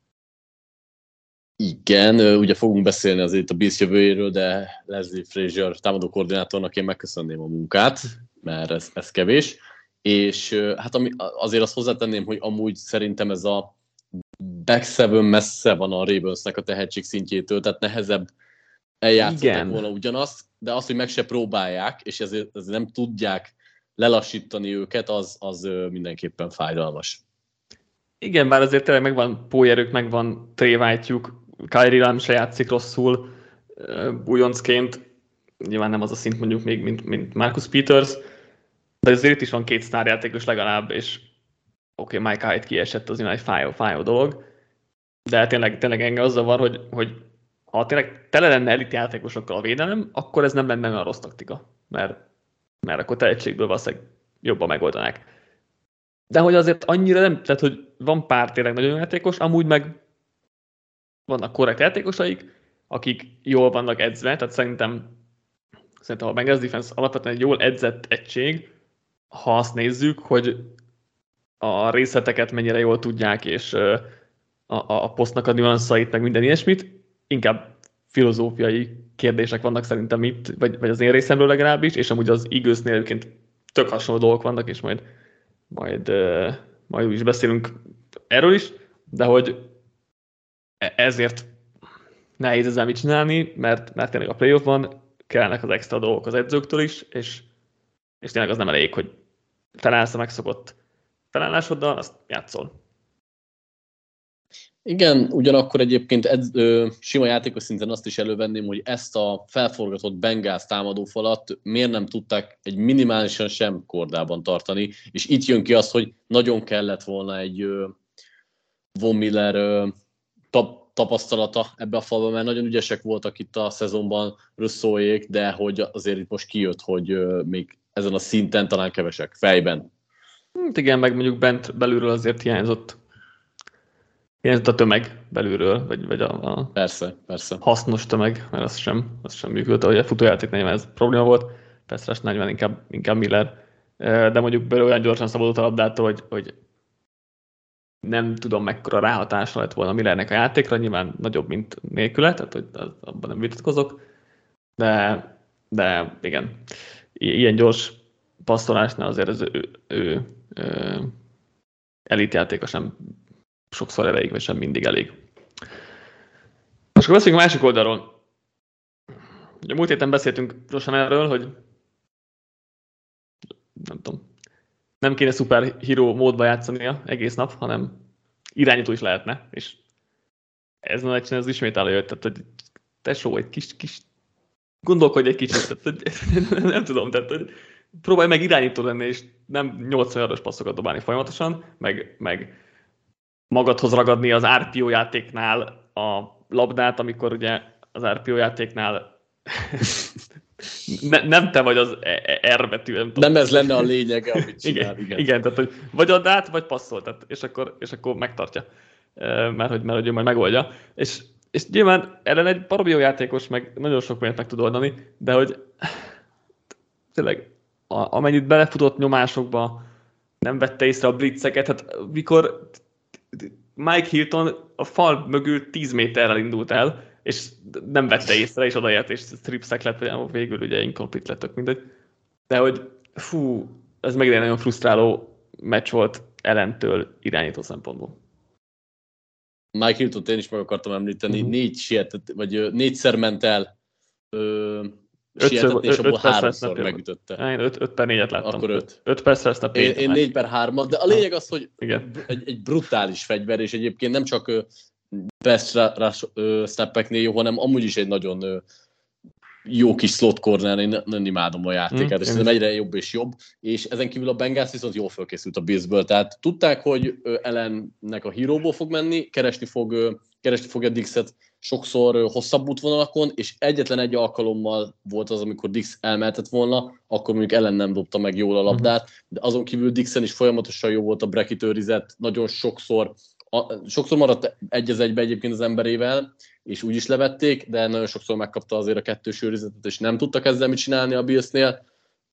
Igen, ugye fogunk beszélni azért a Bills jövőjéről, de Leslie Frazier támadó koordinátornak én megköszönném a munkát, mert ez, ez kevés. És hát ami, azért azt hozzátenném, hogy amúgy szerintem ez a back seven messze van a Ravensnek a tehetség szintjétől, tehát nehezebb eljátszottak volna ugyanazt, de azt, hogy meg se próbálják, és ezért, ezért nem tudják lelassítani őket, az, az mindenképpen fájdalmas. Igen, bár azért tényleg megvan pólyerők, megvan trévájtjuk, Kyrie Lam se játszik rosszul újoncként, nyilván nem az a szint mondjuk még, mint, mint Marcus Peters, de azért itt is van két sztárjátékos legalább, és oké, okay, Mike Hyde kiesett, az egy fájó, fájó dolog, de tényleg, tényleg engem azzal van, hogy, hogy ha tényleg tele lenne elit játékosokkal a védelem, akkor ez nem lenne olyan rossz taktika, mert, mert akkor tehetségből valószínűleg jobban megoldanák. De hogy azért annyira nem, tehát hogy van pár tényleg nagyon játékos, amúgy meg vannak korrekt játékosaik, akik jól vannak edzve, tehát szerintem, szerintem a Bengals defense alapvetően egy jól edzett egység, ha azt nézzük, hogy a részleteket mennyire jól tudják, és a, a, a posztnak a nüanszait, meg minden ilyesmit, inkább filozófiai kérdések vannak szerintem itt, vagy, vagy az én részemről legalábbis, és amúgy az Eaglesnél egyébként tök hasonló dolgok vannak, és majd, majd, uh, majd úgy is beszélünk erről is, de hogy ezért nehéz ezzel mit csinálni, mert, mert tényleg a playoffban kellnek az extra dolgok az edzőktől is, és, és tényleg az nem elég, hogy felállsz a megszokott felállásoddal, azt játszol. Igen, ugyanakkor egyébként edz, ö, sima játékos szinten azt is elővenném, hogy ezt a felforgatott Bengals támadófalat miért nem tudták egy minimálisan sem kordában tartani, és itt jön ki az, hogy nagyon kellett volna egy ö, Von Miller ö, tap, tapasztalata ebbe a falba, mert nagyon ügyesek voltak itt a szezonban Russóék, de hogy azért itt most kijött, hogy ö, még ezen a szinten talán kevesek, fejben. Hát igen, meg mondjuk bent belülről azért hiányzott hiányzott a tömeg belülről, vagy, vagy a, a persze, persze. hasznos tömeg, mert az sem, az sem működött, ahogy a futójátéknál nyilván ez probléma volt, persze nyilván inkább, inkább Miller, de mondjuk belőle olyan gyorsan szabadult a labdától, hogy, hogy nem tudom mekkora ráhatása lett volna Millernek a játékra, nyilván nagyobb, mint nélküle, tehát hogy abban nem vitatkozok, de, de igen, ilyen gyors passzolásnál azért az ő, ő, ő elitjátéka sem sokszor elég, vagy sem mindig elég. Most akkor beszéljünk a másik oldalról. Ugye múlt héten beszéltünk gyorsan erről, hogy nem tudom, nem kéne szuperhíró módba játszania egész nap, hanem irányító is lehetne, és ez nagy csinál, ez ismét előjött, tehát hogy tesó, egy kis, kis gondolkodj egy kicsit, tehát, hogy, nem tudom, tehát hogy próbálj meg irányító lenni, és nem nyolcvan yardos passzokat dobálni folyamatosan, meg, meg magadhoz ragadni az er pé o játéknál a labdát, amikor ugye az er pé o játéknál ne, nem te vagy az R betű. Nem, nem ez lenne a lényege, amit csinál. Igen, igen. igen, tehát hogy vagy add át, vagy passzol, tehát, és, akkor, és akkor megtartja, mert hogy, mert hogy ő majd megoldja. És, és nyilván ellen egy baromi jó játékos, meg nagyon sok mindent meg tud oldani, de hogy tényleg a, amennyit belefutott nyomásokba, nem vette észre a blitzeket, hát mikor Mike Hilton a fal mögül tíz méterrel indult el, és nem vette észre, és odaért, és stripsack lett, vagy végül ugye incomplete lettek, mindegy. De hogy fú, ez megint egy nagyon frusztráló meccs volt Ellentől irányító szempontból. Mike Hilton én is meg akartam említeni, uh-huh. négy sietett, vagy négyszer ment el ö, sietetni, és abból háromszor megütötte. Én öt per négyet láttam. Akkor öt. öt percre snap. Én, én négy per hármat, de a lényeg az, hogy egy, egy brutális fegyver, és egyébként nem csak pass snappeknél jó, hanem amúgy is egy nagyon jó kis slot corner, én nem imádom a játékát, mm, és szerintem egyre jobb és jobb, és ezen kívül a Bengals viszont jól fölkészült a Billsből, tehát tudták, hogy Allennek a híróból fog menni, keresni, fog, keresni fogja Dixet sokszor hosszabb útvonalakon, és egyetlen egy alkalommal volt az, amikor Dix elmehetett volna, akkor mondjuk Allen nem dobta meg jól a labdát, de azon kívül Dixen is folyamatosan jó volt a bracket őrizet, nagyon sokszor A, sokszor maradt egy az egybe egyébként az emberével, és úgy is levették, de nagyon sokszor megkapta azért a kettős őrizetet, és nem tudtak ezzel mit csinálni a Billsnél.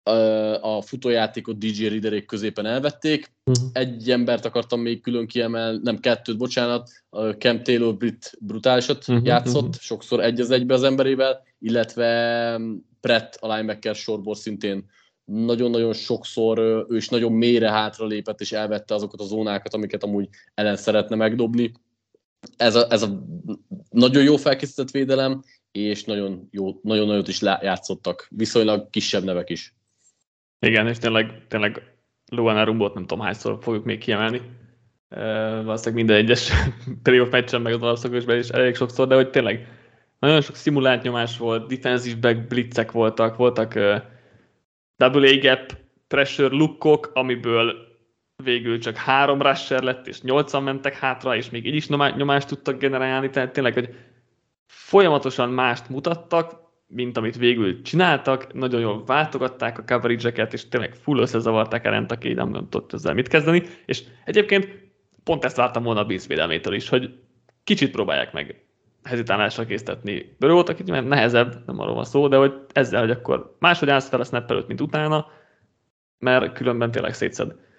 A futójátékot dé jé Readerék középen elvették. Uh-huh. Egy embert akartam még külön kiemelni, nem kettőt, bocsánat. Cam Taylor brit brutálisat uh-huh, játszott, uh-huh. sokszor egy az egybe az emberével, illetve Pratt a linebacker sorból szintén nagyon-nagyon sokszor ő is nagyon mélyre hátra lépett, és elvette azokat a zónákat, amiket amúgy Allen szeretne megdobni. Ez a, ez a nagyon jó felkészített védelem, és nagyon jó, nagyon nagyot is játszottak, viszonylag kisebb nevek is. Igen, és tényleg, tényleg Luan Arumbót nem tudom hányszor fogjuk még kiemelni. E, valószínűleg minden egyes playoff meccsen, meg az alapszakosban is elég sokszor, de hogy tényleg nagyon sok szimulált nyomás volt, defensive back blitzek voltak, voltak uh, double A gap pressure lukkok, amiből végül csak három rusher lett, és nyolcan mentek hátra, és még így is nyomást tudtak generálni, tehát tényleg, hogy folyamatosan mást mutattak, mint amit végül csináltak, nagyon jól váltogatták a coverage-eket, és tényleg full összezavarták Allent, aki nem, nem tudott ezzel mit kezdeni, és egyébként pont ezt vártam volna a Bills védelmétől is, hogy kicsit próbálják meg hezitálásra késztetni Burrowt, akit nehezebb, nem arról van szó, de hogy ezzel, hogy akkor máshogy állsz fel a snap előtt, mint utána, mert különben tényleg szétszed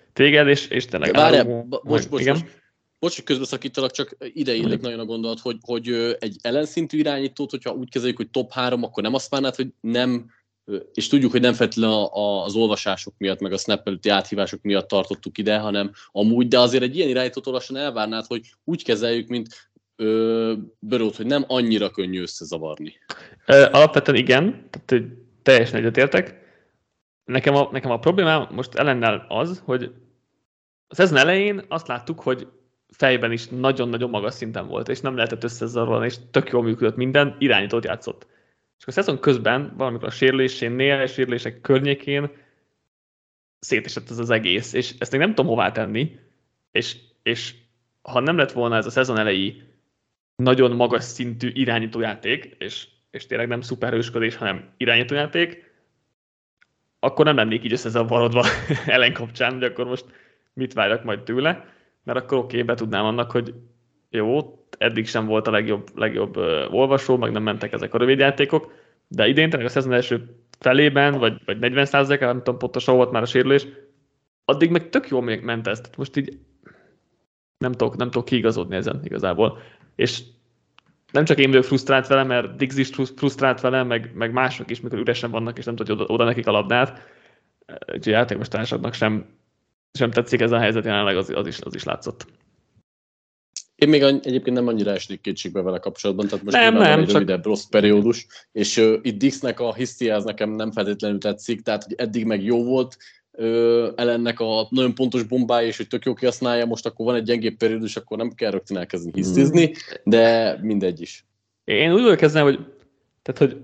téged, és, és tényleg Várjál, bocs, bocs, igen? bocs. Bocs, hogy közbeszakítalak, csak ide illik nagyon a gondolat, hogy, hogy egy ellenszintű irányítót, hogyha úgy kezeljük, hogy top három, akkor nem azt várnád, hogy nem, és tudjuk, hogy nem feltétlenül az olvasások miatt, meg a snap előtti áthívások miatt tartottuk ide, hanem amúgy, de azért egy ilyen irányítótól lassan elvárnád, hogy úgy kezeljük, mint Burrowt, hogy nem annyira könnyű összezavarni. Alapvetően igen, tehát hogy teljesen egyetértek. Nekem a, nekem a problémám most ellennel az, hogy a szezon elején azt láttuk, hogy fejben is nagyon-nagyon magas szinten volt, és nem lehetett összezarolni, és tök jól működött minden, irányítót játszott. És a szezon közben, valamikor a sérülésénél, és sérülések környékén szétesett ez az egész, és ezt még nem tudom hová tenni, és, és ha nem lett volna ez a szezon elejé nagyon magas szintű irányítójáték, és, és tényleg nem szuperhősködés, hanem irányítójáték, akkor nem lennék így összezavarodva ellen kapcsán, hogy akkor most mit várjak majd tőle, mert akkor oké, okay, betudnám annak, hogy jó, eddig sem volt a legjobb, legjobb uh, olvasó, meg nem mentek ezek a rövidjátékok, de idén tényleg a szezon első felében, vagy, vagy negyven százalék, nem tudom pontosan volt már a sérülés, addig meg tök jól még ment ez. Tehát most így nem tudok, nem tudok kiigazodni ezen igazából. És nem csak én vagyok frusztrált vele, mert Diggs is frusztrált vele, meg, meg mások is, mikor üresen vannak, és nem tudja oda, oda nekik a labdát. Úgyhogy játékos társaknak sem, sem tetszik ez a helyzet, jelenleg az, az, is, az is látszott. Én még egyébként nem annyira esnék kétségbe vele kapcsolatban, tehát most nem, nem, nem, egy csak... rövidebb rossz periódus, és uh, itt Dixnek a hisztia az nekem nem feltétlenül tetszik, tehát hogy eddig meg jó volt, uh, ellennek a nagyon pontos bombája, és hogy tök jó kihasználja, most akkor van egy gyengébb periódus, akkor nem kell rögtön elkezdeni hisztizni, de mindegy is. Én úgy vagyok ezzel, hogy, tehát, hogy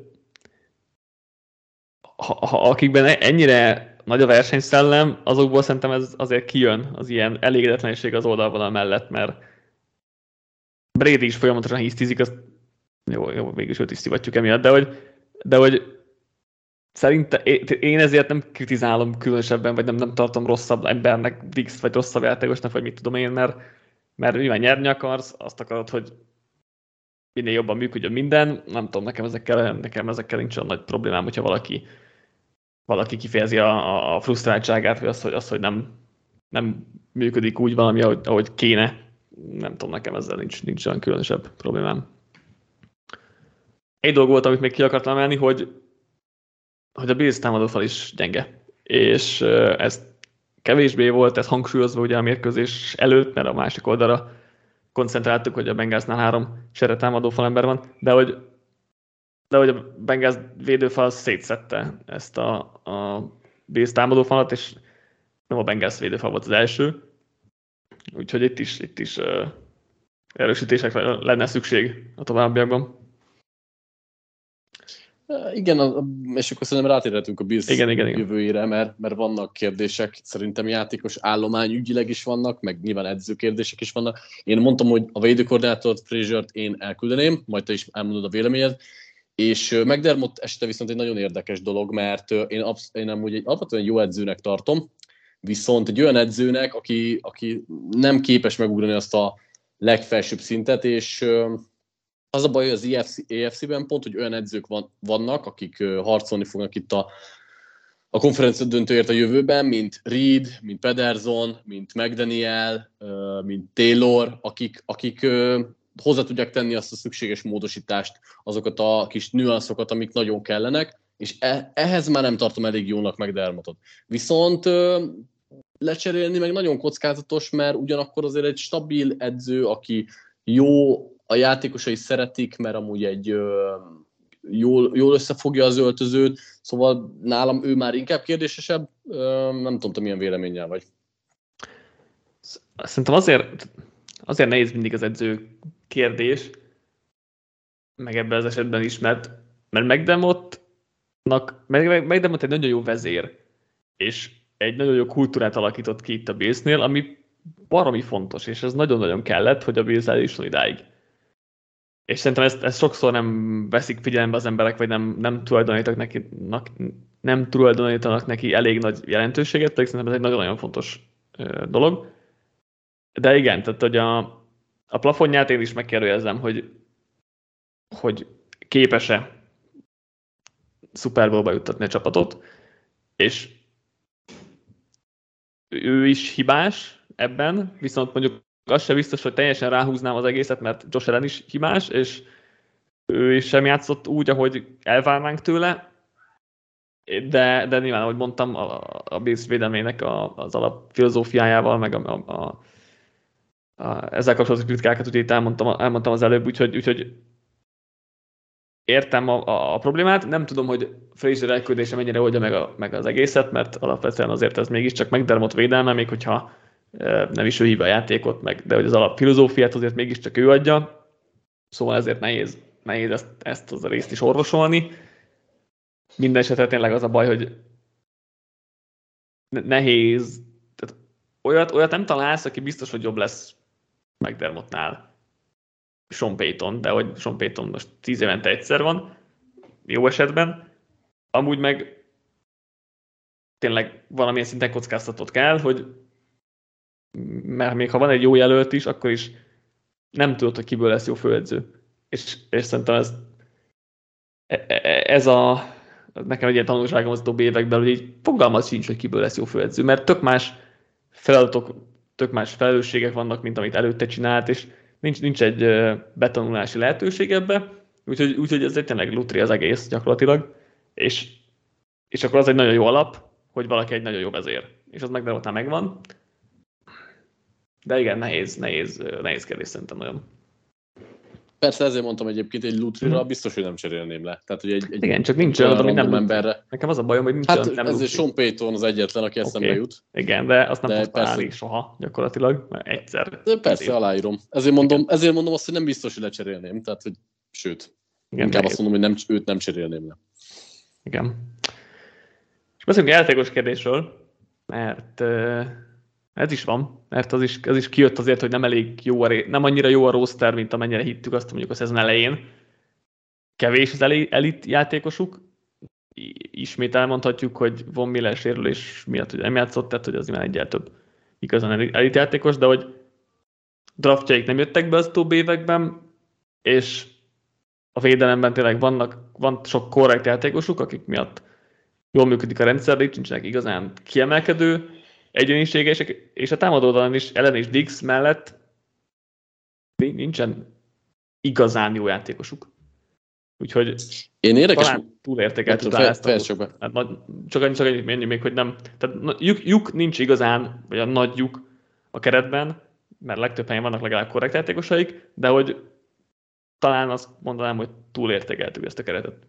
ha, ha, akikben ennyire nagy a versenyszellem, azokból szerintem ez azért kijön az ilyen elégedetlenség az oldalvonal mellett, mert Brady is folyamatosan hisztizik, azt jó, jó, mégis őt is szivatjuk emiatt, de hogy, de hogy szerintem én ezért nem kritizálom különösebben, vagy nem, nem tartom rosszabb embernek Diggs, vagy rosszabb játékosnak, vagy mit tudom én, mert, mert nyilván nyerni akarsz, azt akarod, hogy minél jobban működjön minden, nem tudom, nekem ezekkel, nekem ezekkel nincs olyan nagy problémám, hogyha valaki, valaki kifejezi a, a frusztráltságát, vagy azt, hogy, azt, hogy nem, nem működik úgy valami, ahogy, ahogy kéne. Nem tudom, nekem ezzel nincs, nincs olyan különösebb problémám. Egy dolog volt, amit még ki akartam emelni, hogy, hogy a Bills támadófal is gyenge. És ez kevésbé volt, ez hangsúlyozva ugye a mérkőzés előtt, mert a másik oldalra koncentráltuk, hogy a Bengalsnál három sere támadó falember van, de hogy, de hogy a Bengals védőfal szétszette ezt a, a Bills támadó falat, és nem a Bengals védőfal volt az első. Úgyhogy itt is, itt is uh, erősítésekre lenne szükség a továbbiakban. Igen, a, és akkor szerintem rátérhetünk a Bills igen, igen, igen. jövőjére, mert, mert vannak kérdések, szerintem játékos állomány ügyileg is vannak, meg nyilván edző kérdések is vannak. Én mondtam, hogy a védőkoordinátort, Frasiert én elküldeném, majd te is elmondod a véleményed, és McDermott esete viszont egy nagyon érdekes dolog, mert én, absz- én amúgy egy alapvetően jó edzőnek tartom, viszont egy olyan edzőnek, aki, aki nem képes megugrani azt a legfelsőbb szintet, és az a baj, hogy az á ef cé-ben pont, hogy olyan edzők van, vannak, akik harcolni fognak itt a, a konferencia döntőért a jövőben, mint Reed, mint Pederson, mint McDaniel, mint Taylor, akik, akik hozzá tudják tenni azt a szükséges módosítást, azokat a kis nüanszokat, amik nagyon kellenek, és ehhez már nem tartom elég jónak McDermottot. Viszont lecserélni meg nagyon kockázatos, mert ugyanakkor azért egy stabil edző, aki jó, a játékosai szeretik, mert amúgy egy ö, jól, jól összefogja az öltözőt, szóval nálam ő már inkább kérdésesebb. Ö, nem tudom, te milyen véleménnyel vagy. Szerintem azért, azért nehéz mindig az edző kérdés, meg ebben az esetben is, mert, mert McDermottnak, McDermott egy nagyon jó vezér, és egy nagyon jó kultúrát alakított ki itt a Billsnél, ami baromi fontos, és ez nagyon-nagyon kellett, hogy a Bills eljusson idáig. És szerintem ezt, ezt sokszor nem veszik figyelembe az emberek, vagy nem, nem tulajdonítanak neki, nem tulajdonítanak neki elég nagy jelentőséget, pedig szerintem ez egy nagyon-nagyon fontos dolog. De igen, tehát hogy a, a plafonját én is megkérdőjelezem, hogy, hogy képes-e Super Bowl-ba juttatni a csapatot, és ő is hibás ebben, viszont mondjuk az sem biztos, hogy teljesen ráhúznám az egészet, mert Josh Allen is hibás, és ő is sem játszott úgy, ahogy elvárnánk tőle, de, de nyilván, ahogy mondtam, a, a Bills védelmének a, az alapfilozófiájával, meg a, a, a, a, ezzel kapcsolatos kritikákat ugye itt elmondtam, elmondtam az előbb, úgyhogy, úgyhogy értem a, a, a problémát, nem tudom, hogy Frazier elküldése mennyire oldja meg, a, meg az egészet, mert alapvetően azért ez mégiscsak McDermott védelme, még hogyha e, nem is ő hív a játékot, meg, de hogy az alapfilozófiát azért mégiscsak ő adja, szóval ezért nehéz, nehéz ezt, ezt az a részt is orvosolni. Minden esetre tényleg az a baj, hogy nehéz, tehát olyat, olyat nem találsz, aki biztos, hogy jobb lesz McDermottnál. Sean Payton, de hogy Sean Payton most tíz évente egyszer van, jó esetben, amúgy meg tényleg valamilyen szinten kockáztatott kell, hogy mert még ha van egy jó jelölt is, akkor is nem tudod, hogy kiből lesz jó főedző. És, és szerintem ez, ez a nekem egy ilyen tanulságom az utóbbi években, hogy így fogalmaz sincs, hogy kiből lesz jó főedző, mert tök más feladatok, tök más felelősségek vannak, mint amit előtte csinált, és nincs, nincs egy betanulási lehetőség ebbe, úgyhogy, úgyhogy ez egy tényleg lutri az egész gyakorlatilag, és, és akkor az egy nagyon jó alap, hogy valaki egy nagyon jó vezér, és az McDermottnál megvan, de igen, nehéz, nehéz, nehéz kérdés szerintem nagyon. Persze ezért mondtam egyébként, egy lutrira mm. biztos, hogy nem cserélném le. Tehát, hogy egy, egy igen, csak nincs olyan, ami nem emberre. Nekem az a bajom, hogy nincs hát olyan, nem ezért Sean Payton az egyetlen, aki okay. eszembe jut. Igen, de azt nem de tudsz találni soha gyakorlatilag, mert egyszer. De persze, aláírom. Ezért mondom, ezért mondom azt, hogy nem biztos, hogy lecserélném. Tehát, hogy sőt, igen, inkább azt mondom, hogy nem, őt nem cserélném le. Igen. És beszéljünk a játékos kérdésről, mert ez is van, mert az is, az is kijött azért, hogy nem elég jó, a, nem annyira jó a roster, mint amennyire hittük azt mondjuk a szezon elején. Kevés az elit játékosuk. Ismét elmondhatjuk, hogy Von Miller sérülés miatt hogy nem játszott, tehát hogy az már egyel több igazán elit játékos, de hogy draftjaik nem jöttek be az utóbbi években, és a védelemben tényleg vannak, van sok korrekt játékosuk, akik miatt jól működik a rendszer, de nincsenek igazán kiemelkedő egyéniségek, és a támadódalon is Ellen és Diggs mellett nincsen igazán jó játékosuk. Úgyhogy én érdekes, talán túlértékeltük fel ezt a hát, csak annyi, csak annyi még, hogy nem. Tehát lyuk, lyuk nincs igazán, vagy a nagy lyuk a keretben, mert legtöbb helyen vannak legalább korrekt játékosaik, de hogy talán azt mondanám, hogy túlértékeltük ezt a keretet.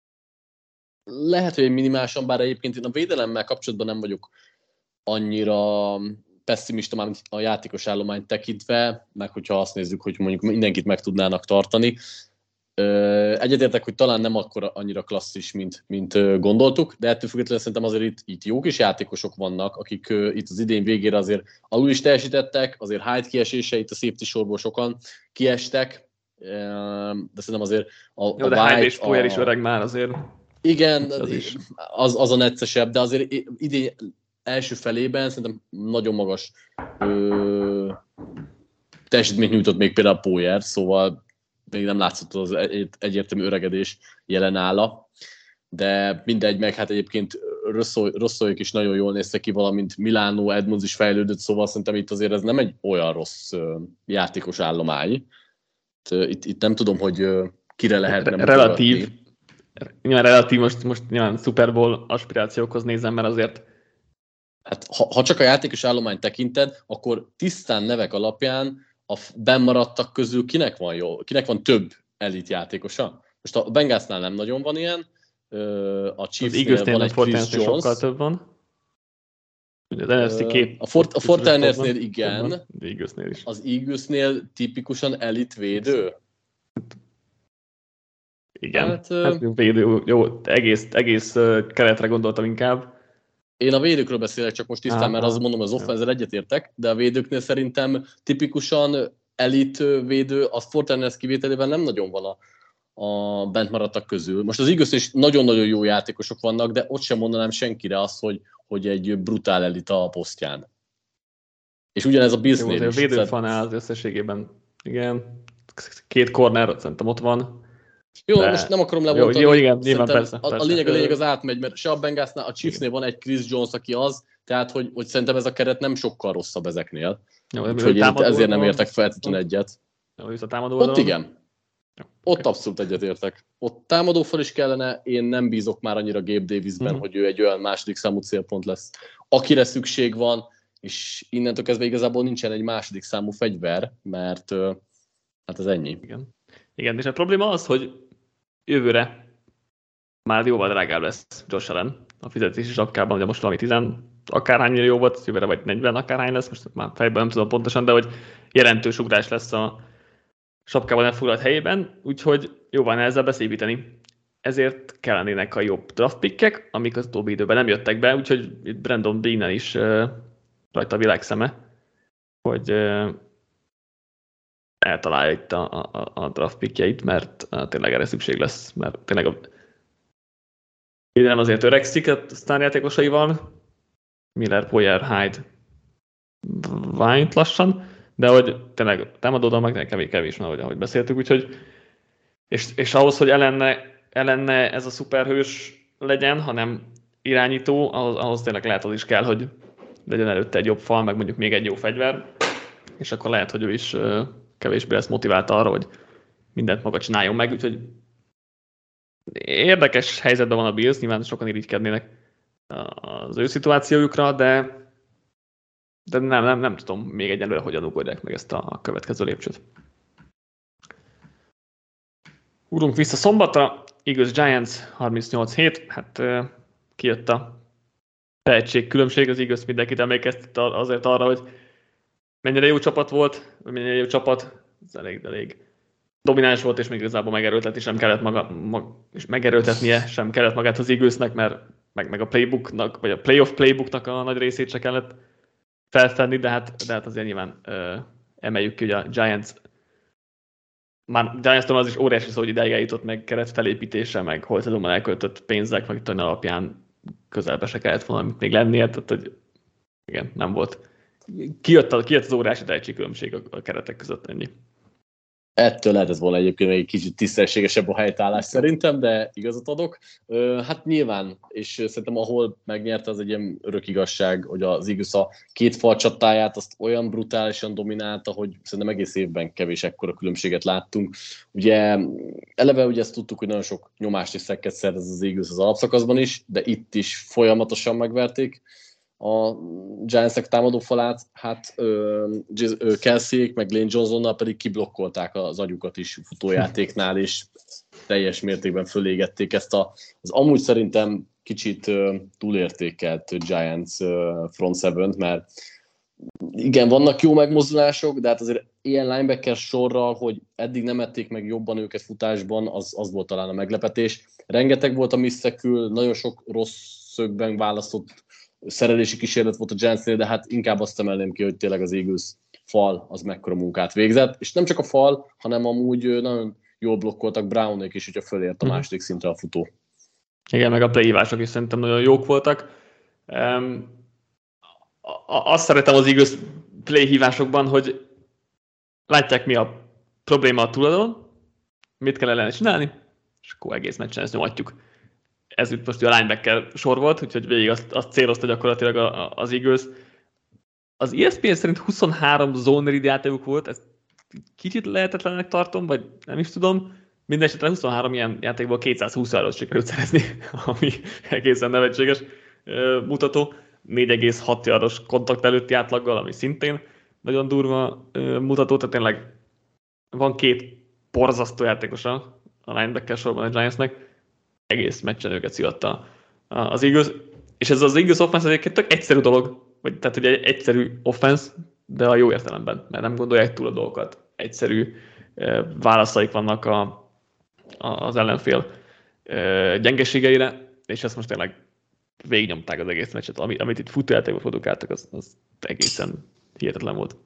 Lehet, hogy egy minimálisan, bár egyébként én a védelemmel kapcsolatban nem vagyok annyira pessimista már a játékos állományt tekintve, meg hogyha azt nézzük, hogy mondjuk mindenkit meg tudnának tartani. Egyetértek, hogy talán nem akkor annyira klasszis, mint, mint gondoltuk, de ettől függetlenül szerintem azért itt, itt jó kis játékosok vannak, akik itt az idén végére azért alul is teljesítettek, azért Hyde kiesése, itt a safety sorból sokan kiestek, de szerintem azért a, jó, a de Hyde és Poyer is öreg már azért. Igen, az, is. az, az a neccesebb, de azért idén első felében szerintem nagyon magas ö, teljesítményt nyújtott még például Poyer, szóval még nem látszott az egy, egyértelmű öregedés jelen álla, de mindegy, meg hát egyébként Rosszóik is nagyon jól néztek ki, valamint Milano, Edmonds is fejlődött, szóval szerintem itt azért ez nem egy olyan rossz uh, játékos állomány. Itt, itt nem tudom, hogy uh, kire lehetne mutatni. Relatív, nyilván relatív, most, most nyilván Super Bowl aspirációkhoz nézem, mert azért hát ha, ha csak a játékos állományt tekinted, akkor tisztán nevek alapján a bennmaradtak közül kinek van jó, kinek van több elit játékosa? Most a Bengalsnál nem nagyon van ilyen, a Chiefsnél van egy Chris Jones. Sokkal több van. Az en ef cé két, a Fort, a Fortinersnél igen, van, de Eaglesnél is. Az Eaglesnél tipikusan elit védő. Igen, hát, hát védő, jó, egész, egész keletre gondoltam inkább. Én a védőkről beszélek, csak most tisztán, mert azt mondom, az offenzel egyetértek, de a védőknél szerintem tipikusan elit védő, az Fortiners kivételével nem nagyon van a, a bent maradtak közül. Most az Eagles is nagyon-nagyon jó játékosok vannak, de ott sem mondanám senkire azt, hogy, hogy egy brutál elit a posztján. És ugyanez a Billsnél is. A védőfanál az összességében, igen, két corner szerintem ott van, Jó, de... most nem akarom levontani. Jó, jó igen, nyilván persze, a, persze. a lényeg a lényeg az átmegy, mert se a Bengalsnál, a Chiefsnél van egy Chris Jones, aki az, tehát hogy, hogy szerintem ez a keret nem sokkal rosszabb ezeknél. Jó, úgyhogy én ezért nem értek feltétlenül egyet. Jó, a támadó Ott igen. Jó, Ott okay. abszolút egyet értek. Ott támadófal is kellene, én nem bízok már annyira Gabe Davisben, uh-huh. hogy ő egy olyan második számú célpont lesz, akire szükség van, és innentől kezdve igazából nincsen egy második számú fegyver, mert hát ez ennyi. Igen. Igen, és a probléma az, hogy jövőre már jóval drágább lesz Josh Allen a fizetési zsapkában, ugye most valami tizen akárhány millió volt, jövőre vagy negyven akárhány lesz, most már fejben nem tudom pontosan, de hogy jelentős ugrás lesz a sapkában elfoglalt helyében, úgyhogy jóval nehezebb beszépíteni. Ezért kellenének a jobb draft pickek, amik az utóbbi időben nem jöttek be, úgyhogy itt Brandon Beane is uh, rajta a világszeme, hogy uh, eltalálja itt a, a, a draft pickjeit, mert uh, tényleg erre szükség lesz, mert tényleg a védelem azért öregszik a sztárjátékosaival, Miller, Poyer, Hyde, Vine-t lassan, de hogy tényleg támadódal meg kevés, kevés már, ahogy beszéltük, úgyhogy és, és ahhoz, hogy ellenne, ellenne ez a szuperhős legyen, hanem irányító, ahhoz, ahhoz tényleg lehet az is kell, hogy legyen előtte egy jobb fal, meg mondjuk még egy jó fegyver, és akkor lehet, hogy ő is kevésbé lesz motivált arra, hogy mindent maga csináljon meg, úgyhogy érdekes helyzetben van a Bills, nyilván sokan irigykednének az ő szituációjukra, de de nem, nem, nem tudom még egyelőre, hogyan ugorják meg ezt a következő lépcsőt. Úrunk vissza szombatra, Eagles Giants harmincnyolc hét, hát uh, kijött a tehetségkülönbség, az Eagles mindenkit emlékeztet azért arra, hogy mennyire jó csapat volt, vagy mennyire jó csapat, ez elég, elég domináns volt, és még igazából megerőltetni sem kellett maga, mag, és megerőltetnie sem kellett magát az Eaglesnek, mert meg, meg a playbooknak, vagy a playoff playbooknak a nagy részét se kellett felfedni, de hát, de hát azért nyilván ö, emeljük ki, hogy a Giants már Giants-tól az is óriási szó, hogy ideig eljutott meg keret felépítése, meg holtadóban elköltött pénzek, meg itt alapján közelbe se kellett volna még lennie, tehát hogy igen, nem volt. Kijött, a, kijött az óriási tehetségkülönbség a, a keretek között, ennyi. Ettől lehet ez volna egyébként egy kicsit tisztességesebb a helytállás szerintem, de igazat adok. Hát nyilván, és szerintem ahol megnyerte, az egy ilyen örök igazság, hogy az Eagles a két fal csatáját azt olyan brutálisan dominálta, hogy szerintem egész évben kevés ekkora különbséget láttunk. Ugye eleve ugye ezt tudtuk, hogy nagyon sok nyomást és szekket szerez az Eagles az alapszakaszban is, de itt is folyamatosan megverték a Giants-ek támadó falát, hát Kelseyék meg Lane Johnsonnal pedig kiblokkolták az agyukat is futójátéknál, és teljes mértékben fölégették ezt a, az amúgy szerintem kicsit uh, túlértékelt Giants uh, front seven-t, mert igen, vannak jó megmozdulások, de hát azért ilyen linebacker sorral, hogy eddig nem ették meg jobban őket futásban, az, az volt talán a meglepetés. Rengeteg volt a misszekül, nagyon sok rossz szögben választott szerelési kísérlet volt a Giantsnél, de hát inkább azt emelném ki, hogy tényleg az Eagles fal az mekkora munkát végzett, és nem csak a fal, hanem amúgy nagyon jól blokkoltak Brownék is, hogyha fölért a második szintre a futó. Igen, meg a playhívások is szerintem nagyon jók voltak. Um, azt szeretem az Eagles playhívásokban, hogy látják, mi a probléma a tulajdon, mit kell ellene csinálni, és akkor egész meccsen ezt nyomatjuk. Ez itt most a linebacker sor volt, úgyhogy végig azt, azt célozta gyakorlatilag az Eagles. Az E S P N szerint huszonhárom zone read játékuk volt, ezt kicsit lehetetlenek tartom, vagy nem is tudom. Mindenesetre huszonhárom ilyen játékból kétszázhúsz yardot sikerült szerezni, ami egészen nevetséges mutató. négy egész hat yardos kontakt előtti átlaggal, ami szintén nagyon durva mutató, tehát tényleg van két borzasztó játékosa a linebacker sorban a Giantsnek, egész meccsen őket szivatta az Eagles, és ez az Eagles offense egyébként tök egyszerű dolog, vagy tehát ugye egy egyszerű offense, de a jó értelemben, mert nem gondolják túl a dolgokat. Egyszerű válaszaik vannak a, a, az ellenfél gyengeségeire, és ezt most tényleg végignyomták az egész meccset, amit, amit itt futójátékban produkáltak, az, az egészen hihetetlen volt.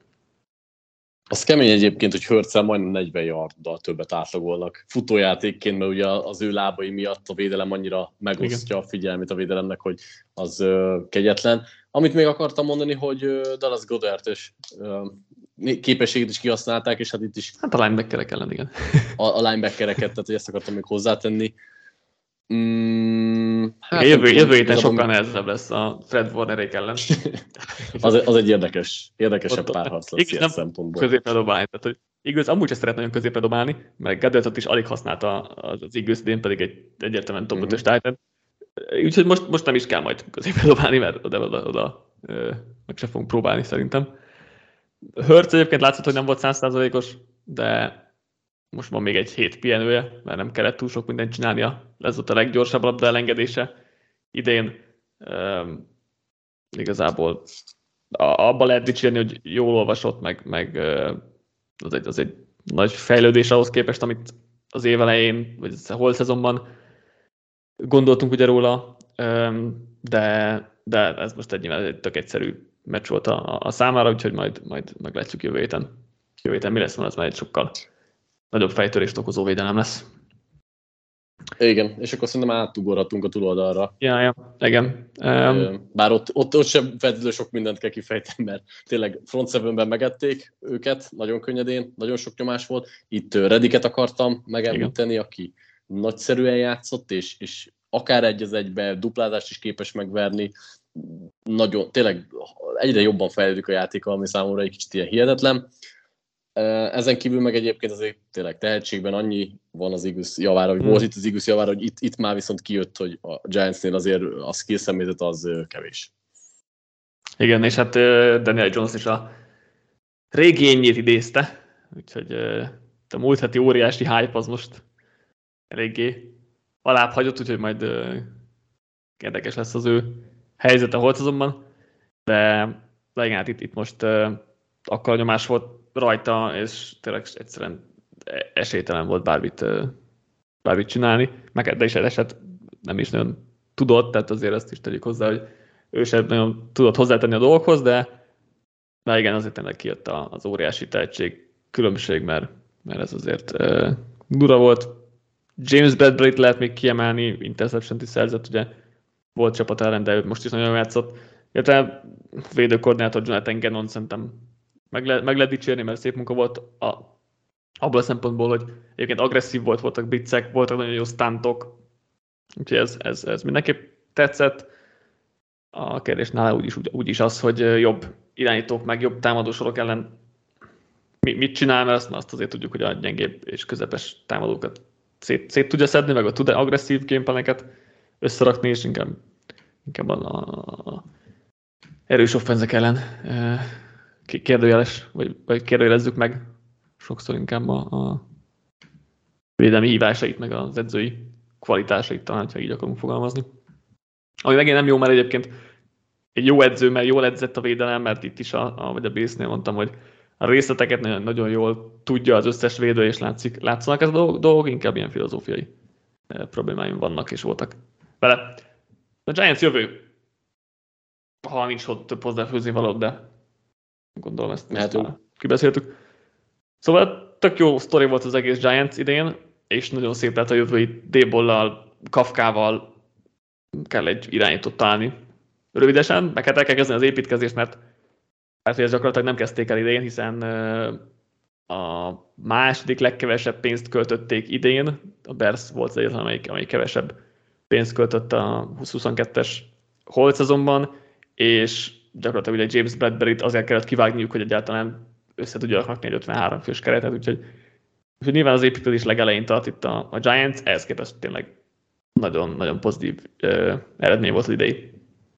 Az kemény egyébként, hogy Hurtsel majdnem negyven yarddal többet átlagolnak futójátékként, mert ugye az ő lábai miatt a védelem annyira megosztja a figyelmét a védelemnek, hogy az uh, kegyetlen. Amit még akartam mondani, hogy uh, Dallas Goedert és uh, képességét is kihasználták, és hát itt is... Hát a linebackerek ellen, igen. A, a linebackereket, tehát hogy ezt akartam még hozzátenni. Mm, hát jövő, jövő héten sokkal nehezebb lesz a Fred Warnerék ellen. az, az egy érdekes, érdekesebb párharc lesz ilyen szempontból. Középre dobálni. Tehát, hogy Eagles amúgy sem szeret nagyon középre dobálni, mert Gadletot is alig használta az Eagles, idén pedig egy egyértelműen top ötös uh-huh. Titan. Úgyhogy most, most nem is kell majd középre dobálni, mert oda, oda, oda ö, meg se fogunk próbálni szerintem. Hurts egyébként látszott, hogy nem volt száz százalékos, de most van még egy hét pihenője, mert nem kellett túl sok mindent csinálnia. Ez volt a leggyorsabb labda elengedése idén. Um, igazából abban lehet dicsérni, hogy jól olvasott, meg, meg uh, az, egy, az egy nagy fejlődés ahhoz képest, amit az év elején, vagy a hol szezonban gondoltunk ugye róla, um, de, de ez most egy, egy tök egyszerű meccs volt a, a számára, úgyhogy majd, majd meglátjuk jövő héten. Jövő héten mi lesz, van, az már egy sokkal nagyobb fejtörést okozó védelem lesz. Igen, és akkor szerintem átugorhatunk a túloldalra. Ja, ja, igen. Um, Bár ott, ott, ott sem feltétlenül sok mindent kell kifejteni, mert tényleg front sevenben megették őket, nagyon könnyedén, nagyon sok nyomás volt. Itt Rediket akartam megemlíteni, aki nagyszerűen játszott, és, és akár egy az egybe duplázást is képes megverni. Nagyon, tényleg egyre jobban fejlődik a játéka, ami számomra egy kicsit ilyen hihetetlen. Ezen kívül meg egyébként azért tényleg tehetségben annyi van az Eagles javára, hogy hmm. volt itt az Eagles javára, hogy itt, itt már viszont kijött, hogy a Giantsnél azért a skill személyzet az kevés. Igen, és hát Daniel Jones is a régényét idézte, úgyhogy a múlt heti óriási hype az most eléggé alább hagyott, úgyhogy majd érdekes lesz az ő helyzete a holcazomban, de, de igen, hát itt, itt most akkor nyomás volt rajta, és tényleg egyszerűen esélytelen volt bármit, bármit csinálni, meg de is eset nem is nagyon tudott, tehát azért ezt is tegyük hozzá, hogy ő sem nagyon tudott hozzátenni a dolgokhoz, de, de igen, azért tényleg kijött az óriási tehetség különbség, mert, mert ez azért uh, dura volt. James Bradbury-t lehet még kiemelni, interception-t is szerzett, ugye volt csapat ellen, de ő most is nagyon játszott. Illetve védőkoordinátor Jonathan Gannon szerintem meg, le, meg lehet dicsérni, mert szép munka volt a, abból a szempontból, hogy egyébként agresszív volt, voltak blitzek, voltak nagyon jó stuntok, úgyhogy ez, ez, ez mindenképp tetszett. A kérdés nála úgyis, úgy, úgy az, hogy jobb irányítók, meg jobb támadósorok ellen mi, mit csinál, mert azt, azt azért tudjuk, hogy a gyengébb és közepes támadókat szét, szét tudja szedni, meg a tud agresszív gameplaneket összerakni, és inkább, inkább a, a erős offenzek ellen kérdőjeles, vagy, vagy kérdőjelezzük meg sokszor inkább a, a védelmi hívásait, meg az edzői kvalitásait talán, ha így akarunk fogalmazni. Ami megint nem jó, mert egyébként egy jó edző, mert jól edzett a védelem, mert itt is, a, a, vagy a Bésznél mondtam, hogy a részleteket nagyon, nagyon jól tudja az összes védő, és látszik, látszanak ez a dolgok, inkább ilyen filozófiai problémáim vannak és voltak vele. A Giants jövő, ha nincs ott több hozzáfőzni valód, de gondolom ezt, ezt már kibeszéltük. Szóval tök jó sztori volt az egész Giants idén, és nagyon szép lett a jövői D-bollal, Kafkával kell egy irányítót találni. Rövidesen meg hát el kell kezdeni az építkezést, mert hát, hogy ezt gyakorlatilag nem kezdték el idén, hiszen a második legkevesebb pénzt költötték idén. A Bears volt az egyetlen, amelyik, amelyik kevesebb pénzt költött a húsz-huszonkettes holt szezonban, és gyakorlatilag ugye James Bradbury-t azért kellett kivágniuk, hogy egyáltalán össze tudja rakni egy ötvenhárom fős keretet, úgyhogy, úgyhogy nyilván az építkezés legelején tart itt a, a Giants, ehhez képest tényleg nagyon, nagyon pozitív uh, eredmény volt az idei.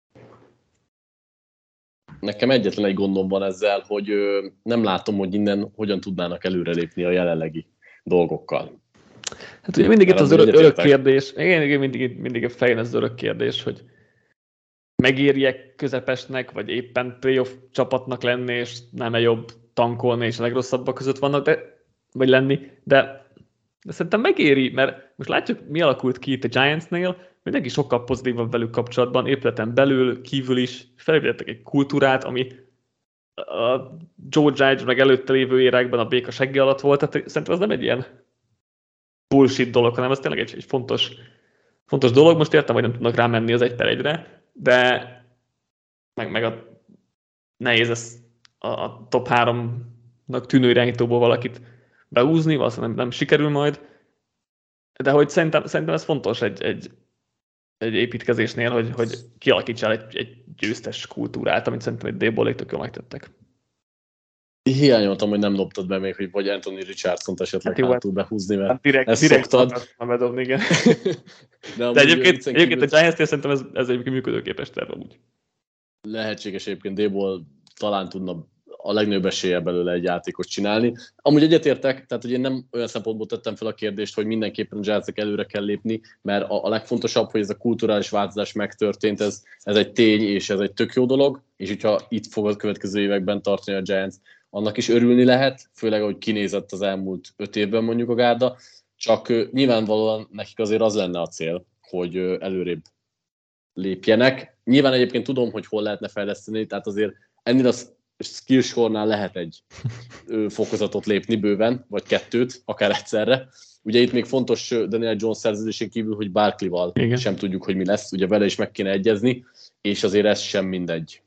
Nekem egyetlen egy gondom van ezzel, hogy ö, nem látom, hogy innen hogyan tudnának előrelépni a jelenlegi dolgokkal. Hát ugye mindig itt az örök, örök kérdés, igen, igen, mindig, mindig a fején ez az örök kérdés, hogy megérjek közepesnek, vagy éppen playoff csapatnak lenni, és nem jobb tankolni, és a legrosszabbak között vannak, de, vagy lenni, de, de szerintem megéri, mert most látjuk, mi alakult ki itt a Giantsnél, mindenki sokkal pozitívabb velük kapcsolatban, épületen belül, kívül is, felépítettek egy kultúrát, ami a Joe Judge meg előtte lévő érákban a béka segge alatt volt, tehát szerintem az nem egy ilyen bullshit dolog, hanem ez tényleg egy, egy fontos, fontos dolog. Most értem, hogy nem tudnak rámenni az egy per egyre, de meg, meg a nehéz ez a, a top három tűnő irányítóból valakit beúzni, valószínűleg nem, nem sikerül majd, de hogy szerintem, szerintem ez fontos egy, egy, egy építkezésnél, hogy, hogy kialakítsál egy, egy győztes kultúrát, amit szerintem egy Dable tök jól megtettek. Hiányoltam, hogy nem dobtad be még, hogy vagy Anthony Richardson-t esetleg hát hátul behúzni, mert hát direkt, ezt direkt szoktad. Bedobni, igen. De, De egyébként, kívül... egyébként a Giants-nél szerintem ez, ez egyébként működőképes terv amúgy. Lehetséges egyébként Dable talán tudna a legnagyobb esélye belőle egy játékot csinálni. Amúgy egyetértek, tehát hogy én nem olyan szempontból tettem fel a kérdést, hogy mindenképpen a Giantsnek előre kell lépni, mert a, a legfontosabb, hogy ez a kulturális változás megtörtént, ez, ez egy tény, és ez egy tök jó dolog, és hogyha itt fog a következő években tartani a Giants, annak is örülni lehet, főleg, ahogy kinézett az elmúlt öt évben mondjuk a gárda, csak uh, nyilvánvalóan nekik azért az lenne a cél, hogy uh, előrébb lépjenek. Nyilván egyébként tudom, hogy hol lehetne fejleszteni, tehát azért ennél a skillsornál lehet egy fokozatot lépni bőven, vagy kettőt, akár egyszerre. Ugye itt még fontos Daniel Jones szerződésén kívül, hogy Barkley-val Igen. sem tudjuk, hogy mi lesz, ugye vele is meg kéne egyezni, és azért ez sem mindegy.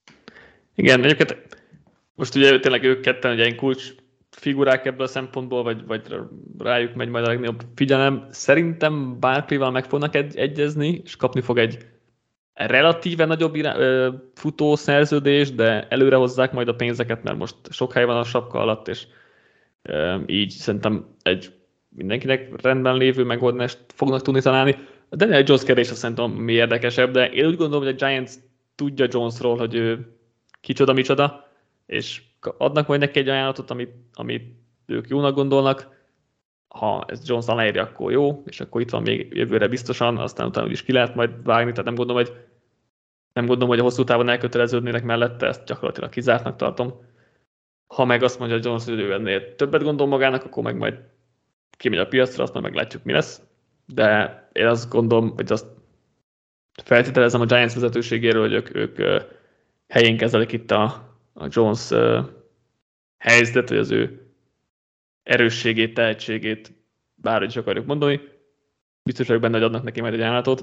Igen, egyébként most ugye tényleg ők ketten ugye egy kulcs figurák ebből a szempontból, vagy, vagy rájuk megy majd a legnagyobb figyelem. Szerintem Barkley-val meg fognak egy, egyezni, és kapni fog egy relatíve nagyobb irá- ö, futó szerződés, de előre hozzák majd a pénzeket, mert most sok hely van a sapka alatt, és ö, így szerintem egy mindenkinek rendben lévő megoldást fognak tudni találni. A Daniel Jones kérdése szerintem mi érdekesebb, de én úgy gondolom, hogy a Giants tudja Jonesról, hogy ő kicsoda, micsoda, és adnak majd neki egy ajánlatot, amit, amit ők jónak gondolnak. Ha ez Jones aláírja, akkor jó, és akkor itt van még jövőre biztosan, aztán utána is ki lehet majd vágni, tehát nem gondolom, hogy nem gondolom, hogy a hosszú távon elköteleződnének mellette, ezt gyakorlatilag kizártnak tartom. Ha meg azt mondja Jones, hogy ő ennél többet gondol magának, akkor meg majd kimegy a piacra, azt majd meglátjuk, mi lesz. De én azt gondolom, hogy azt feltételezem a Giants vezetőségéről, hogy ők, ők helyén kezelik itt a, a Jones helyzetet, hogy az ő erősségét, tehetségét, bárhogy is akarjuk mondani. Biztos vagyok benne, hogy adnak neki majd egy ajánlatot,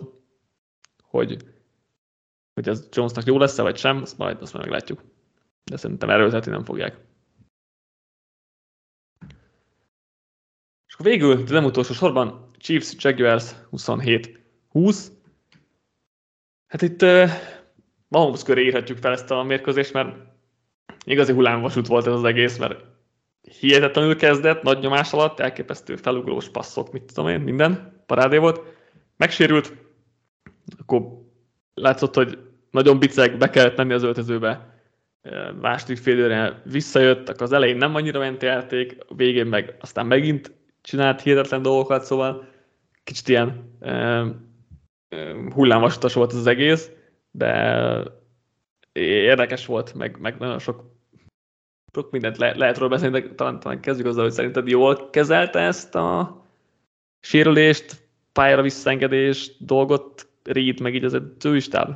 hogy, hogy az Jonesnak jó lesz-e, vagy sem, azt majd, azt majd meglátjuk. De szerintem erőltetni nem fogják. És akkor végül, de nem utolsó sorban, Chiefs Jaguars huszonhét húsz. Hát itt uh, Mahomes köré írhatjuk fel ezt a mérkőzést, mert igazi hullámvasút volt ez az egész, mert hihetetlenül kezdett, nagy nyomás alatt, elképesztő felugrós passzok, mit tudom én, minden, parádé volt. Megsérült, akkor látszott, hogy nagyon biceg, be kellett menni az öltözőbe, második fél időre visszajött, akkor az elején nem annyira ment játék, a végén meg aztán megint csinált hihetetlen dolgokat, szóval kicsit ilyen uh, hullámvasutas volt az egész, de érdekes volt, meg, meg nagyon sok sok mindent le, lehet róla beszélni, de talán, talán kezdjük azzal, hogy szerinted jól kezelte ezt a sérülést, pályára visszaengedés dolgot, Reed, meg így az edzőistáb?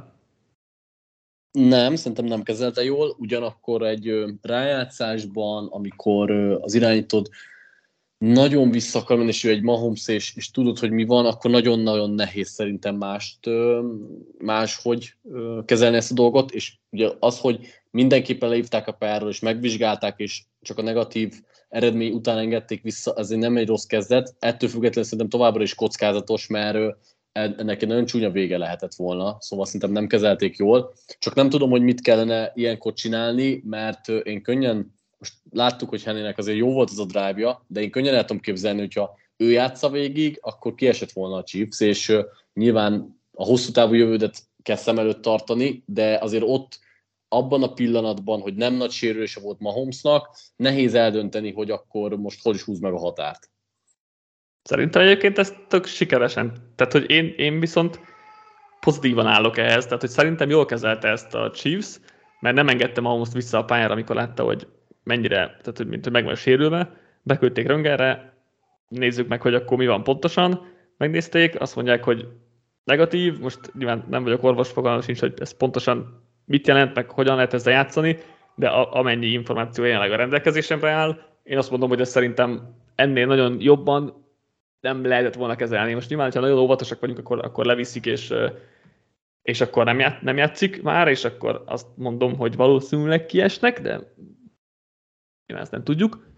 Nem, szerintem nem kezelte jól, ugyanakkor egy rájátszásban, amikor az irányítód nagyon vissza akar menni, és ő egy Mahomes, és, és tudod, hogy mi van, akkor nagyon-nagyon nehéz szerintem mást, máshogy kezelni ezt a dolgot, és ugye az, hogy mindenképpen leívták a pályáról, és megvizsgálták, és csak a negatív eredmény után engedték vissza, ezért nem egy rossz kezdet. Ettől függetlenül szerintem továbbra is kockázatos, mert ennek egy nagyon csúnya vége lehetett volna, szóval szerintem nem kezelték jól. Csak nem tudom, hogy mit kellene ilyenkor csinálni, mert én könnyen, most láttuk, hogy Hennének azért jó volt az a drive-ja, de én könnyen el tudom képzelni, hogyha ő játsza végig, akkor kiesett volna a Chiefs, és nyilván a hosszú távú jövődet kell szem előtt tartani, de azért ott abban a pillanatban, hogy nem nagy sérülése volt Mahomesnak, nehéz eldönteni, hogy akkor most hol is húz meg a határt. Szerintem egyébként ez tök sikeresen. Tehát, hogy én, én viszont pozitívan állok ehhez. Tehát, hogy szerintem jól kezelte ezt a Chiefs, mert nem engedte Mahomes vissza a pályára, amikor látta, hogy mennyire, tehát, hogy, mint, hogy meg van sérülve. Beküldték Röngerre, nézzük meg, hogy akkor mi van pontosan. Megnézték, azt mondják, hogy negatív. Most nyilván nem vagyok orvos, fogalmam sincs, hogy ez pontosan mit jelent, meg hogyan lehet ezzel játszani, de a, amennyi információ jelenleg a rendelkezésemre áll, én azt mondom, hogy ez szerintem ennél nagyon jobban nem lehetett volna kezelni. Most nyilván, ha nagyon óvatosak vagyunk, akkor, akkor leviszik, és, és akkor nem, ját, nem játszik már, és akkor azt mondom, hogy valószínűleg kiesnek, de ezt nem tudjuk.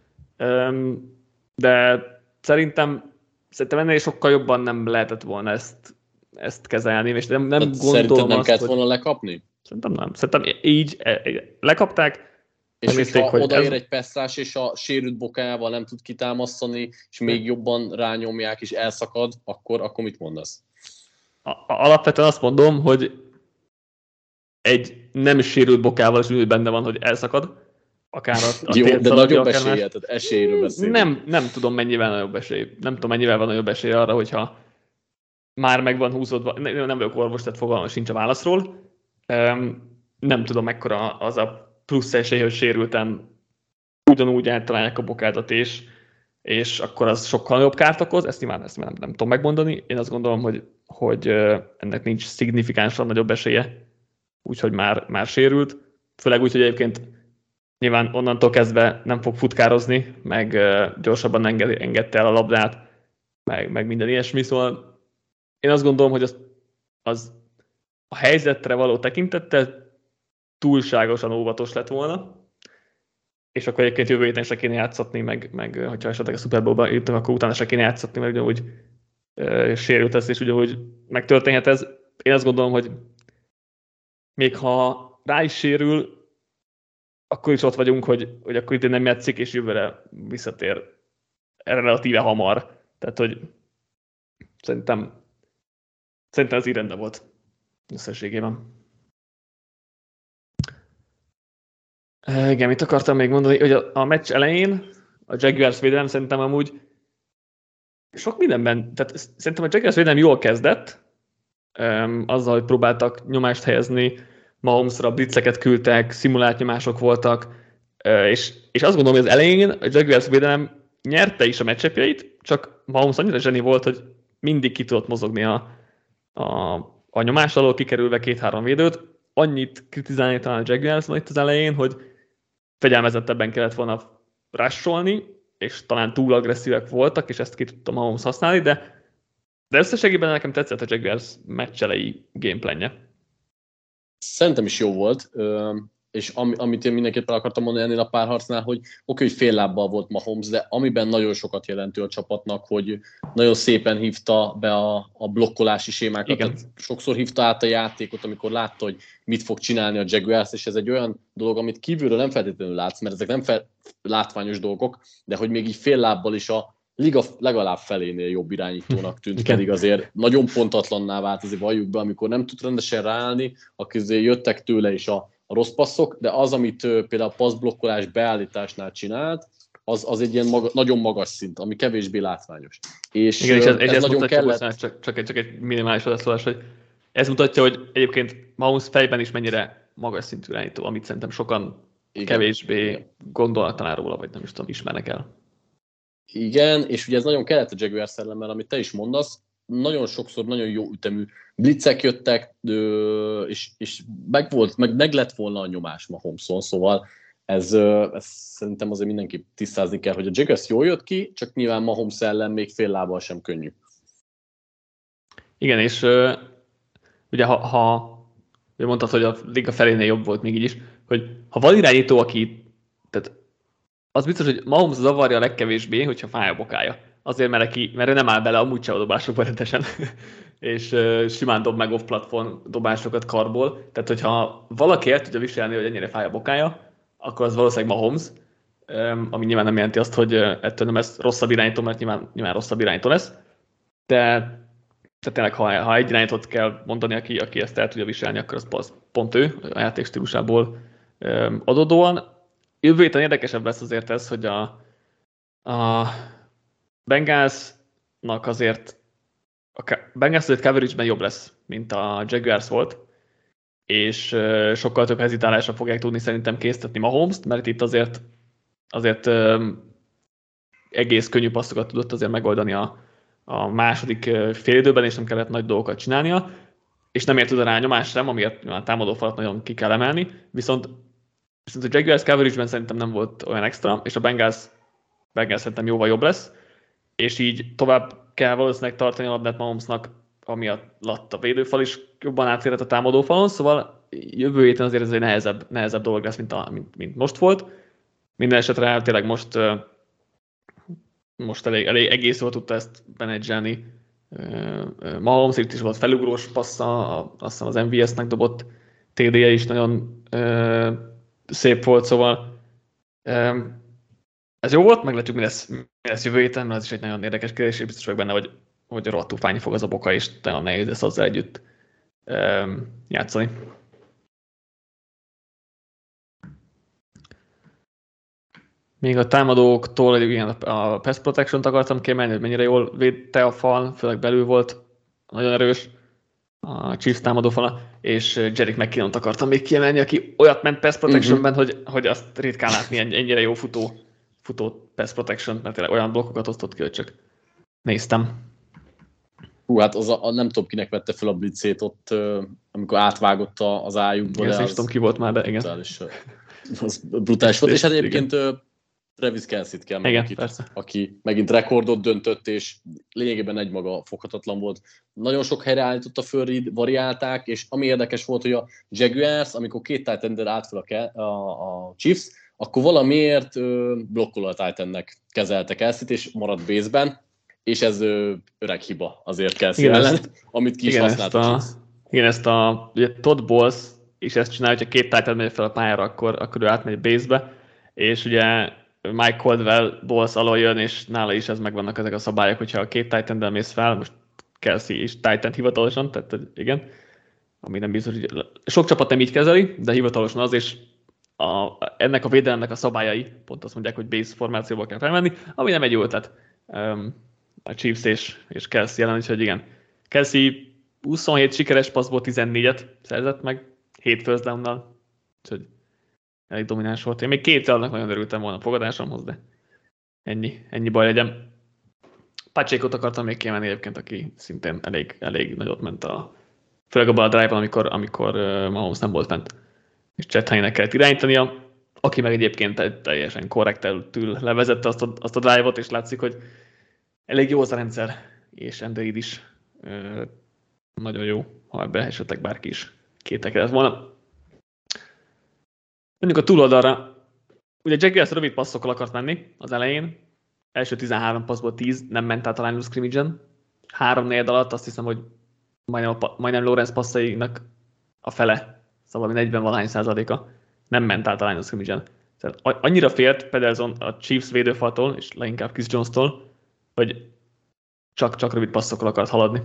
De szerintem, szerintem ennél sokkal jobban nem lehetett volna ezt, ezt kezelni, és nem, nem gondolom szerinted nem azt, kellett hogy... volna lekapni? Szerintem nem. Szerintem így lekapták, és nézték, hogyha hogy odaér ez... egy passzás, és a sérült bokájával nem tud kitámasztani, és még jobban rányomják, és elszakad, akkor, akkor mit mondasz? A, alapvetően azt mondom, hogy egy nem sérült bokával is úgy benne van, hogy elszakad. Akár a, a jó, de nagyobb akár esélye, tehát esélyről beszélünk. Nem, nem tudom, mennyivel nagyobb esély. Nem tudom, mennyivel van nagyobb esély arra, hogyha már meg van húzódva, nem vagyok orvos, tehát fogalmam sincs a válaszról. Nem tudom, mekkora az a plusz esély, hogy sérülten ugyanúgy eltalálják a bokádat, és, és akkor az sokkal nagyobb kárt okoz. Ezt nyilván, ezt nem, nem tudom megmondani. Én azt gondolom, hogy, hogy ennek nincs szignifikánsan nagyobb esélye, úgyhogy már, már sérült. Főleg úgy, hogy egyébként nyilván onnantól kezdve nem fog futkározni, meg gyorsabban enged, engedte el a labdát, meg, meg minden ilyesmi, szóval én azt gondolom, hogy az, az a helyzetre való tekintettel túlságosan óvatos lett volna, és akkor egyébként jövő héten se kéne játszatni, meg, meg hogyha esetleg a Super Bowl-ba jutunk, akkor utána se kéne játszatni, mert ugyanúgy e, sérült ez, és ugyanúgy megtörténhet ez. Én azt gondolom, hogy még ha rá is sérül, akkor is ott vagyunk, hogy, hogy akkor itt nem játszik, és jövőre visszatér erre relatíve hamar. Tehát, hogy szerintem, szerintem az így rendben volt összességében. E, igen, mit akartam még mondani, hogy a, a meccs elején a Jaguars védelem szerintem amúgy sok mindenben, tehát szerintem a Jaguars védelem jól kezdett, um, azzal, hogy próbáltak nyomást helyezni, Mahomesra blitzeket küldtek, szimulált nyomások voltak, uh, és, és azt gondolom, hogy az elején a Jaguars védelem nyerte is a matchupjait, csak Mahomes annyira zseni volt, hogy mindig ki tudott mozogni a, a, a nyomás alól, kikerülve két-három védőt. Annyit kritizálni talán a Jaguars itt az elején, hogy fegyelmezettebben kellett volna rusholni, és talán túl agresszívek voltak, és ezt ki tudtam Mahomes használni, de, de összességében nekem tetszett a Jaguars meccselei gameplanje. Szerintem is jó volt, és amit én mindenképpen akartam mondani ennél a párharcnál, hogy oké, hogy fél lábbal volt Mahomes, de amiben nagyon sokat jelentő a csapatnak, hogy nagyon szépen hívta be a, a blokkolási sémákat, tehát sokszor hívta át a játékot, amikor látta, hogy mit fog csinálni a Jaguars, és ez egy olyan dolog, amit kívülről nem feltétlenül látsz, mert ezek nem fel, látványos dolgok, de hogy még így fél lábbal is a liga legalább felénél jobb irányítónak tűnt, pedig azért nagyon pontatlanná vált, azért valljuk be, amikor nem tud rendesen ráállni, akkor azért jöttek tőle is a, a rossz passzok, de az, amit például a passzblokkolás beállításnál csinált, az, az egy ilyen maga, nagyon magas szint, ami kevésbé látványos. És, igen, és ez, ez, ez ez nagyon kellett... Csak, csak, csak, egy, csak egy minimális odaszólás, hogy ez mutatja, hogy egyébként Mahomes fejben is mennyire magas szintű irányító, amit szerintem sokan igen, kevésbé igen. gondolnak róla, vagy nem is tudom, ismernek el. Igen, és ugye ez nagyon kellett a Jaguars szellemmel, amit te is mondasz, nagyon sokszor nagyon jó ütemű blitzek jöttek, és, és meg, volt, meg, meg lett volna a nyomás Mahomeson, szóval ez, ez szerintem azért mindenképp tisztázni kell, hogy a Jaguars jól jött ki, csak nyilván Mahomes ellen még fél lábbal sem könnyű. Igen, és uh, ugye ha, ha mondtad, hogy a liga felénél jobb volt még így is, hogy ha van irányító, aki, tehát az biztos, hogy Mahomes zavarja a legkevésbé, hogyha fáj a bokája. Azért, mert, aki, mert ő nem áll bele amúgy se a dobásokba rendesen, és uh, simán dob meg off-platform dobásokat karból. Tehát, hogyha valaki el tudja viselni, hogy ennyire fáj a bokája, akkor az valószínűleg Mahomes, um, ami nyilván nem jelenti azt, hogy uh, ettől nem lesz rosszabb irányító, mert nyilván, nyilván rosszabb irányító lesz. De tehát tényleg, ha, ha egy irányítót kell mondani, aki, aki ezt el tudja viselni, akkor az, az pont ő, a játék stílusából um, adódóan. Jövő héten érdekesebb lesz azért ez, hogy a, a Bengalsnak azért a Bengals azért coverage-ben jobb lesz, mint a Jaguars volt, és uh, sokkal több hezitálásra fogják tudni szerintem késztetni Mahomes-t, mert itt azért, azért um, egész könnyű passzokat tudott azért megoldani a, a második uh, félidőben, és nem kellett nagy dolgokat csinálnia, és nem ért oda rá nyomás sem, amiért a támadó falat nagyon ki kell emelni, viszont Viszont a Jaguars coverage-ben szerintem nem volt olyan extra, és a Bengals, Bengals szerintem jóval jobb lesz, és így tovább kell valószínűleg tartani a labdát Mahomesnak, amiatt a védőfal is jobban átérhet a támadófalon, szóval jövő héten azért ez egy nehezebb, nehezebb dolog lesz, mint, a, mint, mint most volt. minden esetre tényleg most, most elég, elég egész jól tudta ezt menedzselni. Mahomes itt is volt felugrós passza, azt hiszem az em vé es-nek dobott té dé-je is nagyon szép volt, szóval ez jó volt, meglátjuk, mi lesz, mi lesz jövő héten, mert az is egy nagyon érdekes kérdés, és biztos vagyok benne, hogy, hogy rohadtul fájni fog az a boka, és nagyon nehéz lesz azzal együtt játszani. Még a támadóktól igen, a pass protection-t akartam kiemelni, hogy mennyire jól védte a fal, főleg belül volt nagyon erős a Chiefs támadófala, és Jerick McKinnon-t akartam még kiemelni, aki olyat ment pass protectionben, uh-huh. hogy, hogy azt ritkán látni ennyire jó futó, futó pass protection, mert tényleg olyan blokkokat osztott ki, hogy csak néztem. Hú, hát az a, a nem tudom, kinek vette fel a blitzét ott, amikor átvágott az ájukból. Igen, nem tudom, ki volt már, de igen. Brutális, az brutális volt, és hát egyébként igen. Travis Kelce-t kell igen, akit, aki megint rekordot döntött, és lényegében egymaga foghatatlan volt. Nagyon sok helyre állította föl, variálták, és ami érdekes volt, hogy a Jaguars, amikor két tight end állt fel a, a, a Chiefs, akkor valamiért ö, blokkoló a tight endnek kezelte Kelce-t, és maradt base-ben, és ez ö, öreg hiba azért Kelce ellen, amit ki is igen, használt a, a Chiefs. Igen, ezt a ugye Todd Bowles is ezt csinálja, hogyha két tight end megy fel a pályára, akkor, akkor ő átmegy base-be, és ugye Mike Caldwell Bowles alól jön, és nála is ez megvannak ezek a szabályok, hogyha a két tight end-del mész fel, most Kelce is tight end hivatalosan, tehát igen, ami nem biztos, hogy sok csapat nem így kezeli, de hivatalosan az, és a, ennek a védelemnek a szabályai pont azt mondják, hogy base formációba kell felmenni, ami nem egy jó ötlet um, a Chiefs és, és Kelce jelen, úgyhogy igen. Kelce huszonhét sikeres passzból tizennégyet szerzett meg, hét first down-nal, úgyhogy elég domináns volt. Én még két annak nagyon örültem volna a fogadásomhoz, de ennyi, ennyi baj legyen. Pacheco-t akartam még kiemelni egyébként, aki szintén elég, elég nagyot ment a főleg abban a drive-ban, amikor, amikor Mahomes nem volt fent, és Chet Hainek kellett irányítania, aki meg egyébként teljesen korrektül levezette azt a, azt a drive-ot, és látszik, hogy elég jó az a rendszer, és Andy Reid is ö, nagyon jó, ha ebbe esetleg bárki is kételkedett volna. Mondjuk a túloldalra, ugye Jaguars rövid passzokkal akart menni az elején, első tizenhárom passzból tíz nem ment át a line of scrimmage-en, három negyed alatt azt hiszem, hogy majdnem, majdnem Lawrence passzainak a fele, szóval negyven-valahány százaléka nem ment át a line of scrimmage-en. Tehát annyira félt Pederson a Chiefs védőfaltól, és leginkább Chris Jones-tól, hogy csak, csak rövid passzokkal akart haladni.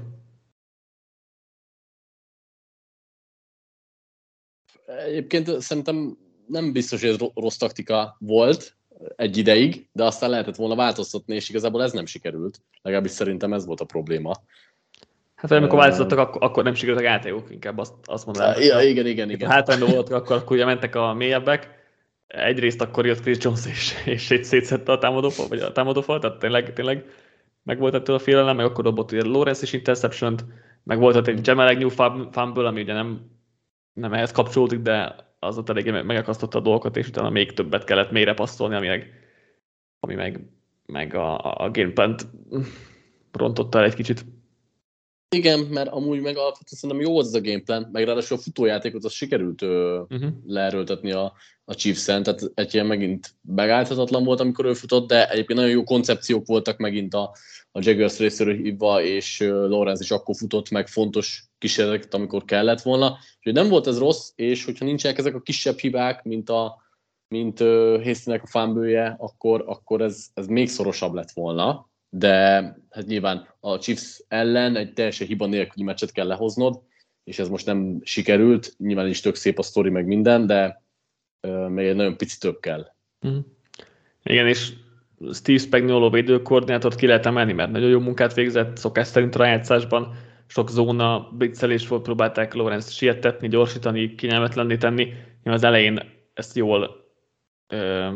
Egyébként szerintem nem biztos, hogy ez rossz taktika volt egy ideig, de aztán lehetett volna változtatni, és igazából ez nem sikerült. Legalábbis szerintem ez volt a probléma. Hát amikor változtattak, akkor, akkor nem sikerült a játékok, inkább azt, azt mondanám. Ja, igen, igen, igen. Hátrányban voltak, akkor, akkor ugye mentek a mélyebbek. Egyrészt akkor jött Chris Jones, és, és szétszette a támadófal, vagy a támadófal, tehát tényleg, tényleg meg volt ettől a félelem, meg akkor dobott ugye Lawrence is interception-t, meg volt ott egy Jamal Agnew fumble, ami ugye nem, nem ehhez kapcsolódik, de az ott eléggé megakasztotta a dolgokat, és utána még többet kellett mélyre passzolni, ami meg, ami meg, meg a, a gameplant rontotta el egy kicsit. Igen, mert amúgy meg alapvetően szerintem jó volt ez a gameplan, meg ráadásul a futójátékot az sikerült ö, uh-huh. leerőltetni a, a Chiefs-en, tehát egy ilyen megint megállíthatatlan volt, amikor ő futott, de egyébként nagyon jó koncepciók voltak megint a, a Jaguars részéről hívva, és uh, Lawrence is akkor futott meg fontos kísérleteket, amikor kellett volna. Úgyhogy nem volt ez rossz, és hogyha nincsenek ezek a kisebb hibák, mint a mint uh, Hastings-nek a fumble-je, akkor, akkor ez, ez még szorosabb lett volna. De hát nyilván a Chiefs ellen egy teljesen hiba nélküli meccset kell lehoznod, és ez most nem sikerült, nyilván is tök szép a sztori meg minden, de uh, még egy nagyon pici több kell. Mm. Igen, és Steve Spagnuolo védőkoordinátort ki lehet emelni, mert nagyon jó munkát végzett, szokás szerint a rájátszásban, sok zóna blitzelés volt, próbálták Lawrence sietetni, gyorsítani, kényelmetlenné tenni, az elején ezt jól ö,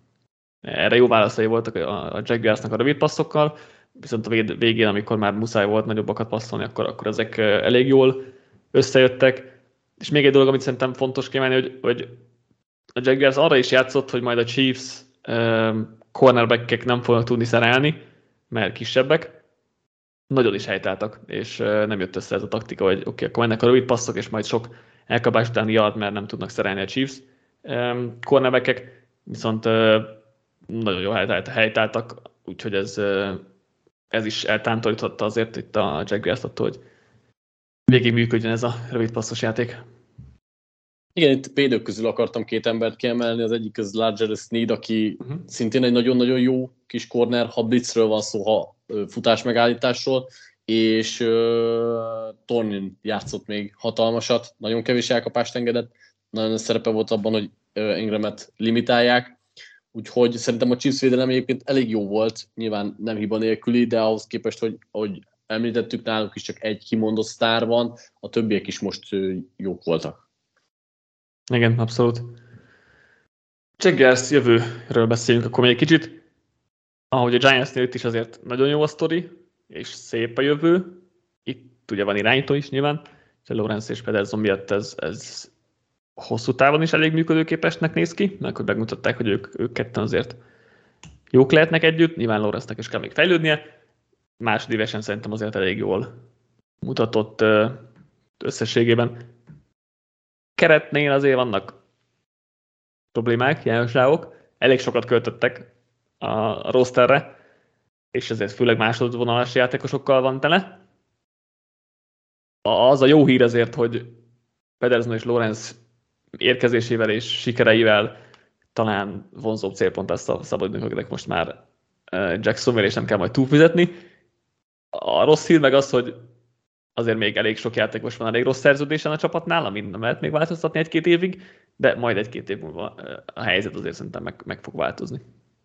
erre jó válaszai voltak a Jaguarsnak a rövid passzokkal, viszont a végén, amikor már muszáj volt nagyobbakat passzolni, akkor, akkor ezek elég jól összejöttek. És még egy dolog, amit szerintem fontos kiemelni, hogy, hogy a Jaguars arra is játszott, hogy majd a Chiefs um, cornerback-ek nem fognak tudni szerelni, mert kisebbek. Nagyon is helytáltak, és uh, nem jött össze ez a taktika, hogy oké, okay, akkor mennek a rövid passzok, és majd sok elkapás utáni yard, mert nem tudnak szerelni a Chiefs um, cornerback-ek. viszont nagyon jó helytáltak, úgyhogy ez, ez is eltántorította azért itt a Jaguars attól, hogy végig működjön ez a rövid passzos játék. Igen, itt védők közül akartam két embert kiemelni, az egyik az Larger Sneed, aki uh-huh. szintén egy nagyon-nagyon jó kis corner, ha blitzről van szó, ha futás megállításról, és uh, Tornin játszott még hatalmasat, nagyon kevés elkapást engedett, nagyon szerepe volt abban, hogy uh, Ingramet limitálják, úgyhogy szerintem a Chiefs védelem egyébként elég jó volt, nyilván nem hiba nélküli, de ahhoz képest, hogy, hogy említettük, náluk is csak egy kimondott sztár van, a többiek is most uh, jók voltak. Igen, abszolút. Jaguars jövőről beszéljünk akkor még egy kicsit. Ahogy a Giantsnél itt is azért nagyon jó a sztori, és szép a jövő. Itt ugye van irányító is nyilván, és a Lawrence és Pederson miatt ez, ez hosszú távon is elég működőképesnek néz ki, mert hogy megmutatták, hogy ők, ők ketten azért jók lehetnek együtt, nyilván Lawrence-nek is kell még fejlődnie. Másodévesen szerintem azért elég jól mutatott összességében. Keretnél azért vannak problémák, hiányosságok. Elég sokat költöttek a rosterre, és ezért főleg másodvonalas játékosokkal van tele. Az a jó hír azért, hogy Pederson és Lawrence érkezésével és sikereivel talán vonzóbb célpont lesz a szabadidőknek most már Jacksonville, és nem kell majd túlfizetni. A rossz hír meg az, hogy azért még elég sok játékos van elég rossz szerződésen a csapatnál, amin nem lehet még változtatni egy-két évig, de majd egy-két év múlva a helyzet azért szerintem meg, meg fog változni.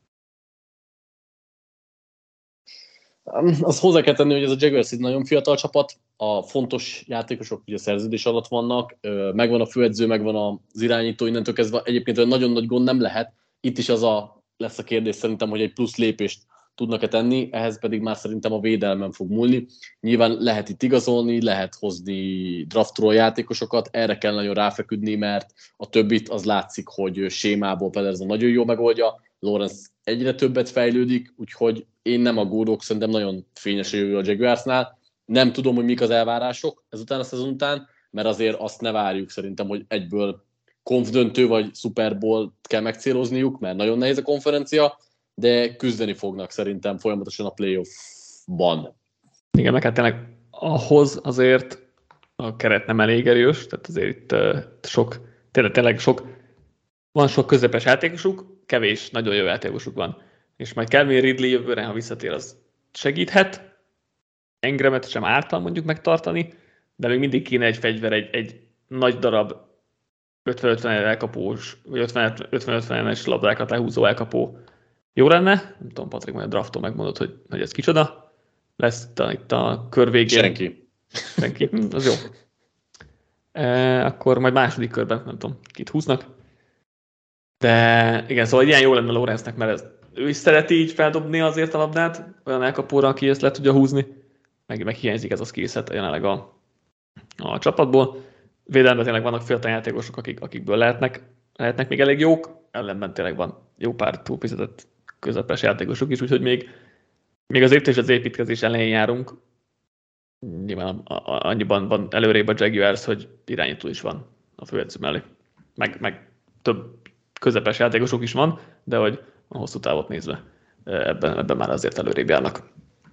Azt hozzá kell tenni, hogy ez a Jaguars egy nagyon fiatal csapat, a fontos játékosok ugye szerződés alatt vannak, megvan a főedző, megvan az irányító, innentől kezdve egyébként olyan nagyon nagy gond nem lehet. Itt is az a, lesz a kérdés szerintem, hogy egy plusz lépést tudnak-e tenni, ehhez pedig már szerintem a védelmen fog múlni. Nyilván lehet itt igazolni, lehet hozni draftról játékosokat, erre kell nagyon ráfeküdni, mert a többit az látszik, hogy sémából Pederson nagyon jó megoldja, Lawrence egyre többet fejlődik, úgyhogy én nem aggódok, szerintem nagyon fényes a jövő a Jaguarsnál. Nem tudom, hogy mik az elvárások ezután a szezon után, mert azért azt ne várjuk szerintem, hogy egyből konf döntő vagy Super Bowl kell megcélozniuk, mert nagyon nehéz a konferencia, de küzdeni fognak szerintem folyamatosan a playoff-ban. Igen, meg hát tényleg ahhoz azért a keret nem elég erős, tehát azért itt uh, sok, tényleg, tényleg sok, van sok közepes játékosuk, kevés, nagyon jó játékosuk van. És majd Calvin Ridley jövőre, ha visszatér, az segíthet. Engramet sem ártal mondjuk megtartani, de még mindig kéne egy fegyver, egy, egy nagy darab ötven-ötven elkapós, vagy ötven-ötven-es labdákat lehúzó elkapó. Jó lenne, nem tudom, Patrik, majd a drafton megmondod, hogy, hogy ez kicsoda. Lesz itt a, itt a kör végén. Senki. Senki, hm, az jó. E, akkor majd második körben, nem tudom, kit húznak. De igen, szóval ilyen jó lenne Lawrence-nek, mert ez, ő is szereti így feldobni azért a labdát, olyan elkapóra, aki ezt le tudja húzni. Meg, meg hiányzik ez a skillset jelenleg a, a csapatból. Védelemben tényleg vannak fiatal játékosok, akik, akikből lehetnek, lehetnek még elég jók, ellenben tényleg van jó pár túlfizetett közepes játékosok is, úgyhogy még, még azért is az építkezés elején járunk. Nyilván a, a, annyiban van előrébb a Jaguars, hogy irányító is van a főedző mellé. Meg, meg több közepes játékosok is van, de hogy a hosszú távot nézve ebben, ebben már azért előrébb járnak.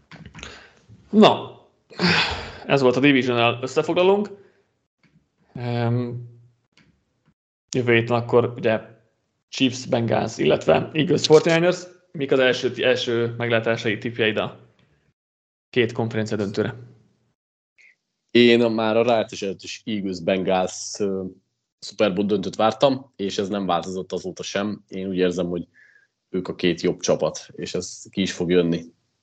Na, ez volt a divisional összefoglalónk. Um, jövő héten akkor ugye Chiefs, Bengals, illetve Eagles, negyvenkilencesek. Mik az első, első meglátásai, tippjeid a két konferencia döntőre? Én már a rájátszás előtt is Eagles, Bengals uh, Super Bowl döntőt vártam, és ez nem változott azóta sem. Én úgy érzem, hogy ők a két jobb csapat, és ez ki is fog jönni.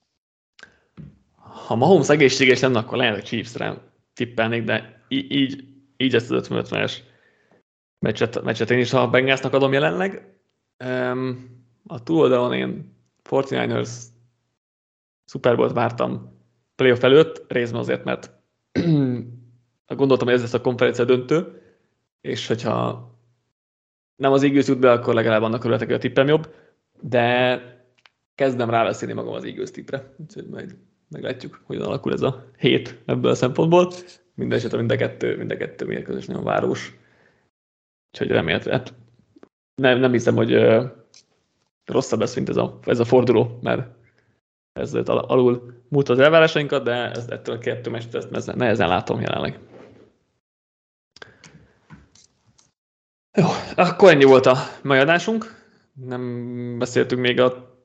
Ha Mahomes egészséges lenne, akkor lehet, hogy Chiefs-re tippelnék, de í- így, így ezt az ötven-ötvenes meccset, meccset én is a Bengalsnak adom jelenleg. Um, a túloldalon én negyvenkilencesek Super Bowl-t vártam playoff előtt, részben azért, mert gondoltam, hogy ez lesz a konferencia döntő, és hogyha nem az Eagles jut be, akkor legalább annak örületek, hogy a tippem jobb, de kezdem ráveszélni magam az Eagles tippre, úgyhogy majd meglátjuk, hogyan alakul ez a hét ebből a szempontból. Minden esetre mind a kettő, mind a kettő mérkőzés nagyon város. Úgyhogy remélhetően. Nem, nem hiszem, hogy rosszabb lesz, mint ez a, ez a forduló, mert ezzel alul múlt az elvárásainkat, de ez, ettől a kettő meccsről ezt nehezen látom jelenleg. Jó, akkor ennyi volt a mai adásunk. Nem beszéltünk még a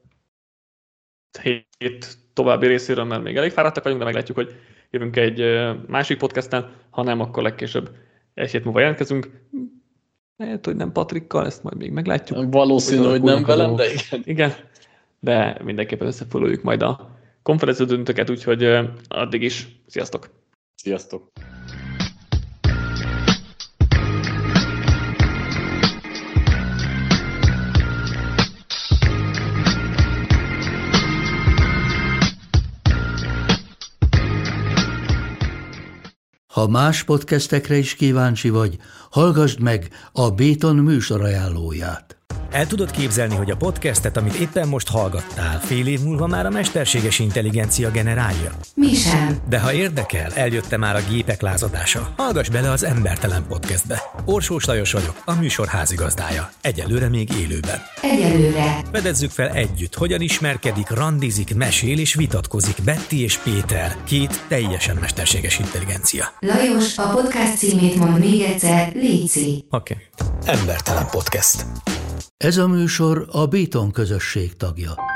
hét további részéről, mert még elég fáradtak vagyunk, de meglátjuk, hogy jövünk egy másik podcasten, ha nem, akkor legkésőbb egy hét múlva jelentkezünk. Lehet, hogy nem Patrikkal, ezt majd még meglátjuk. Valószínű, hogy, hogy nem velem, de igen. Igen, de mindenképpen összefoglaljuk majd a konferencia döntőket, úgyhogy addig is. Sziasztok! Sziasztok! Ha más podcastekre is kíváncsi vagy, hallgassd meg a Béton műsor ajánlóját. El tudod képzelni, hogy a podcastet, amit éppen most hallgattál, fél év múlva már a mesterséges intelligencia generálja? Mi sem. De ha érdekel, eljött már a gépek lázadása. Hallgass bele az Embertelen Podcastbe. Orsós Lajos vagyok, a műsor házigazdája. Egyelőre még élőben. Egyelőre. Fedezzük fel együtt, hogyan ismerkedik, randizik, mesél és vitatkozik Betty és Péter, két teljesen mesterséges intelligencia. Lajos, a podcast címét mond még egyszer, léci. Oké. Okay. Embertelen Podcast. Ez a műsor a Béton közösség tagja.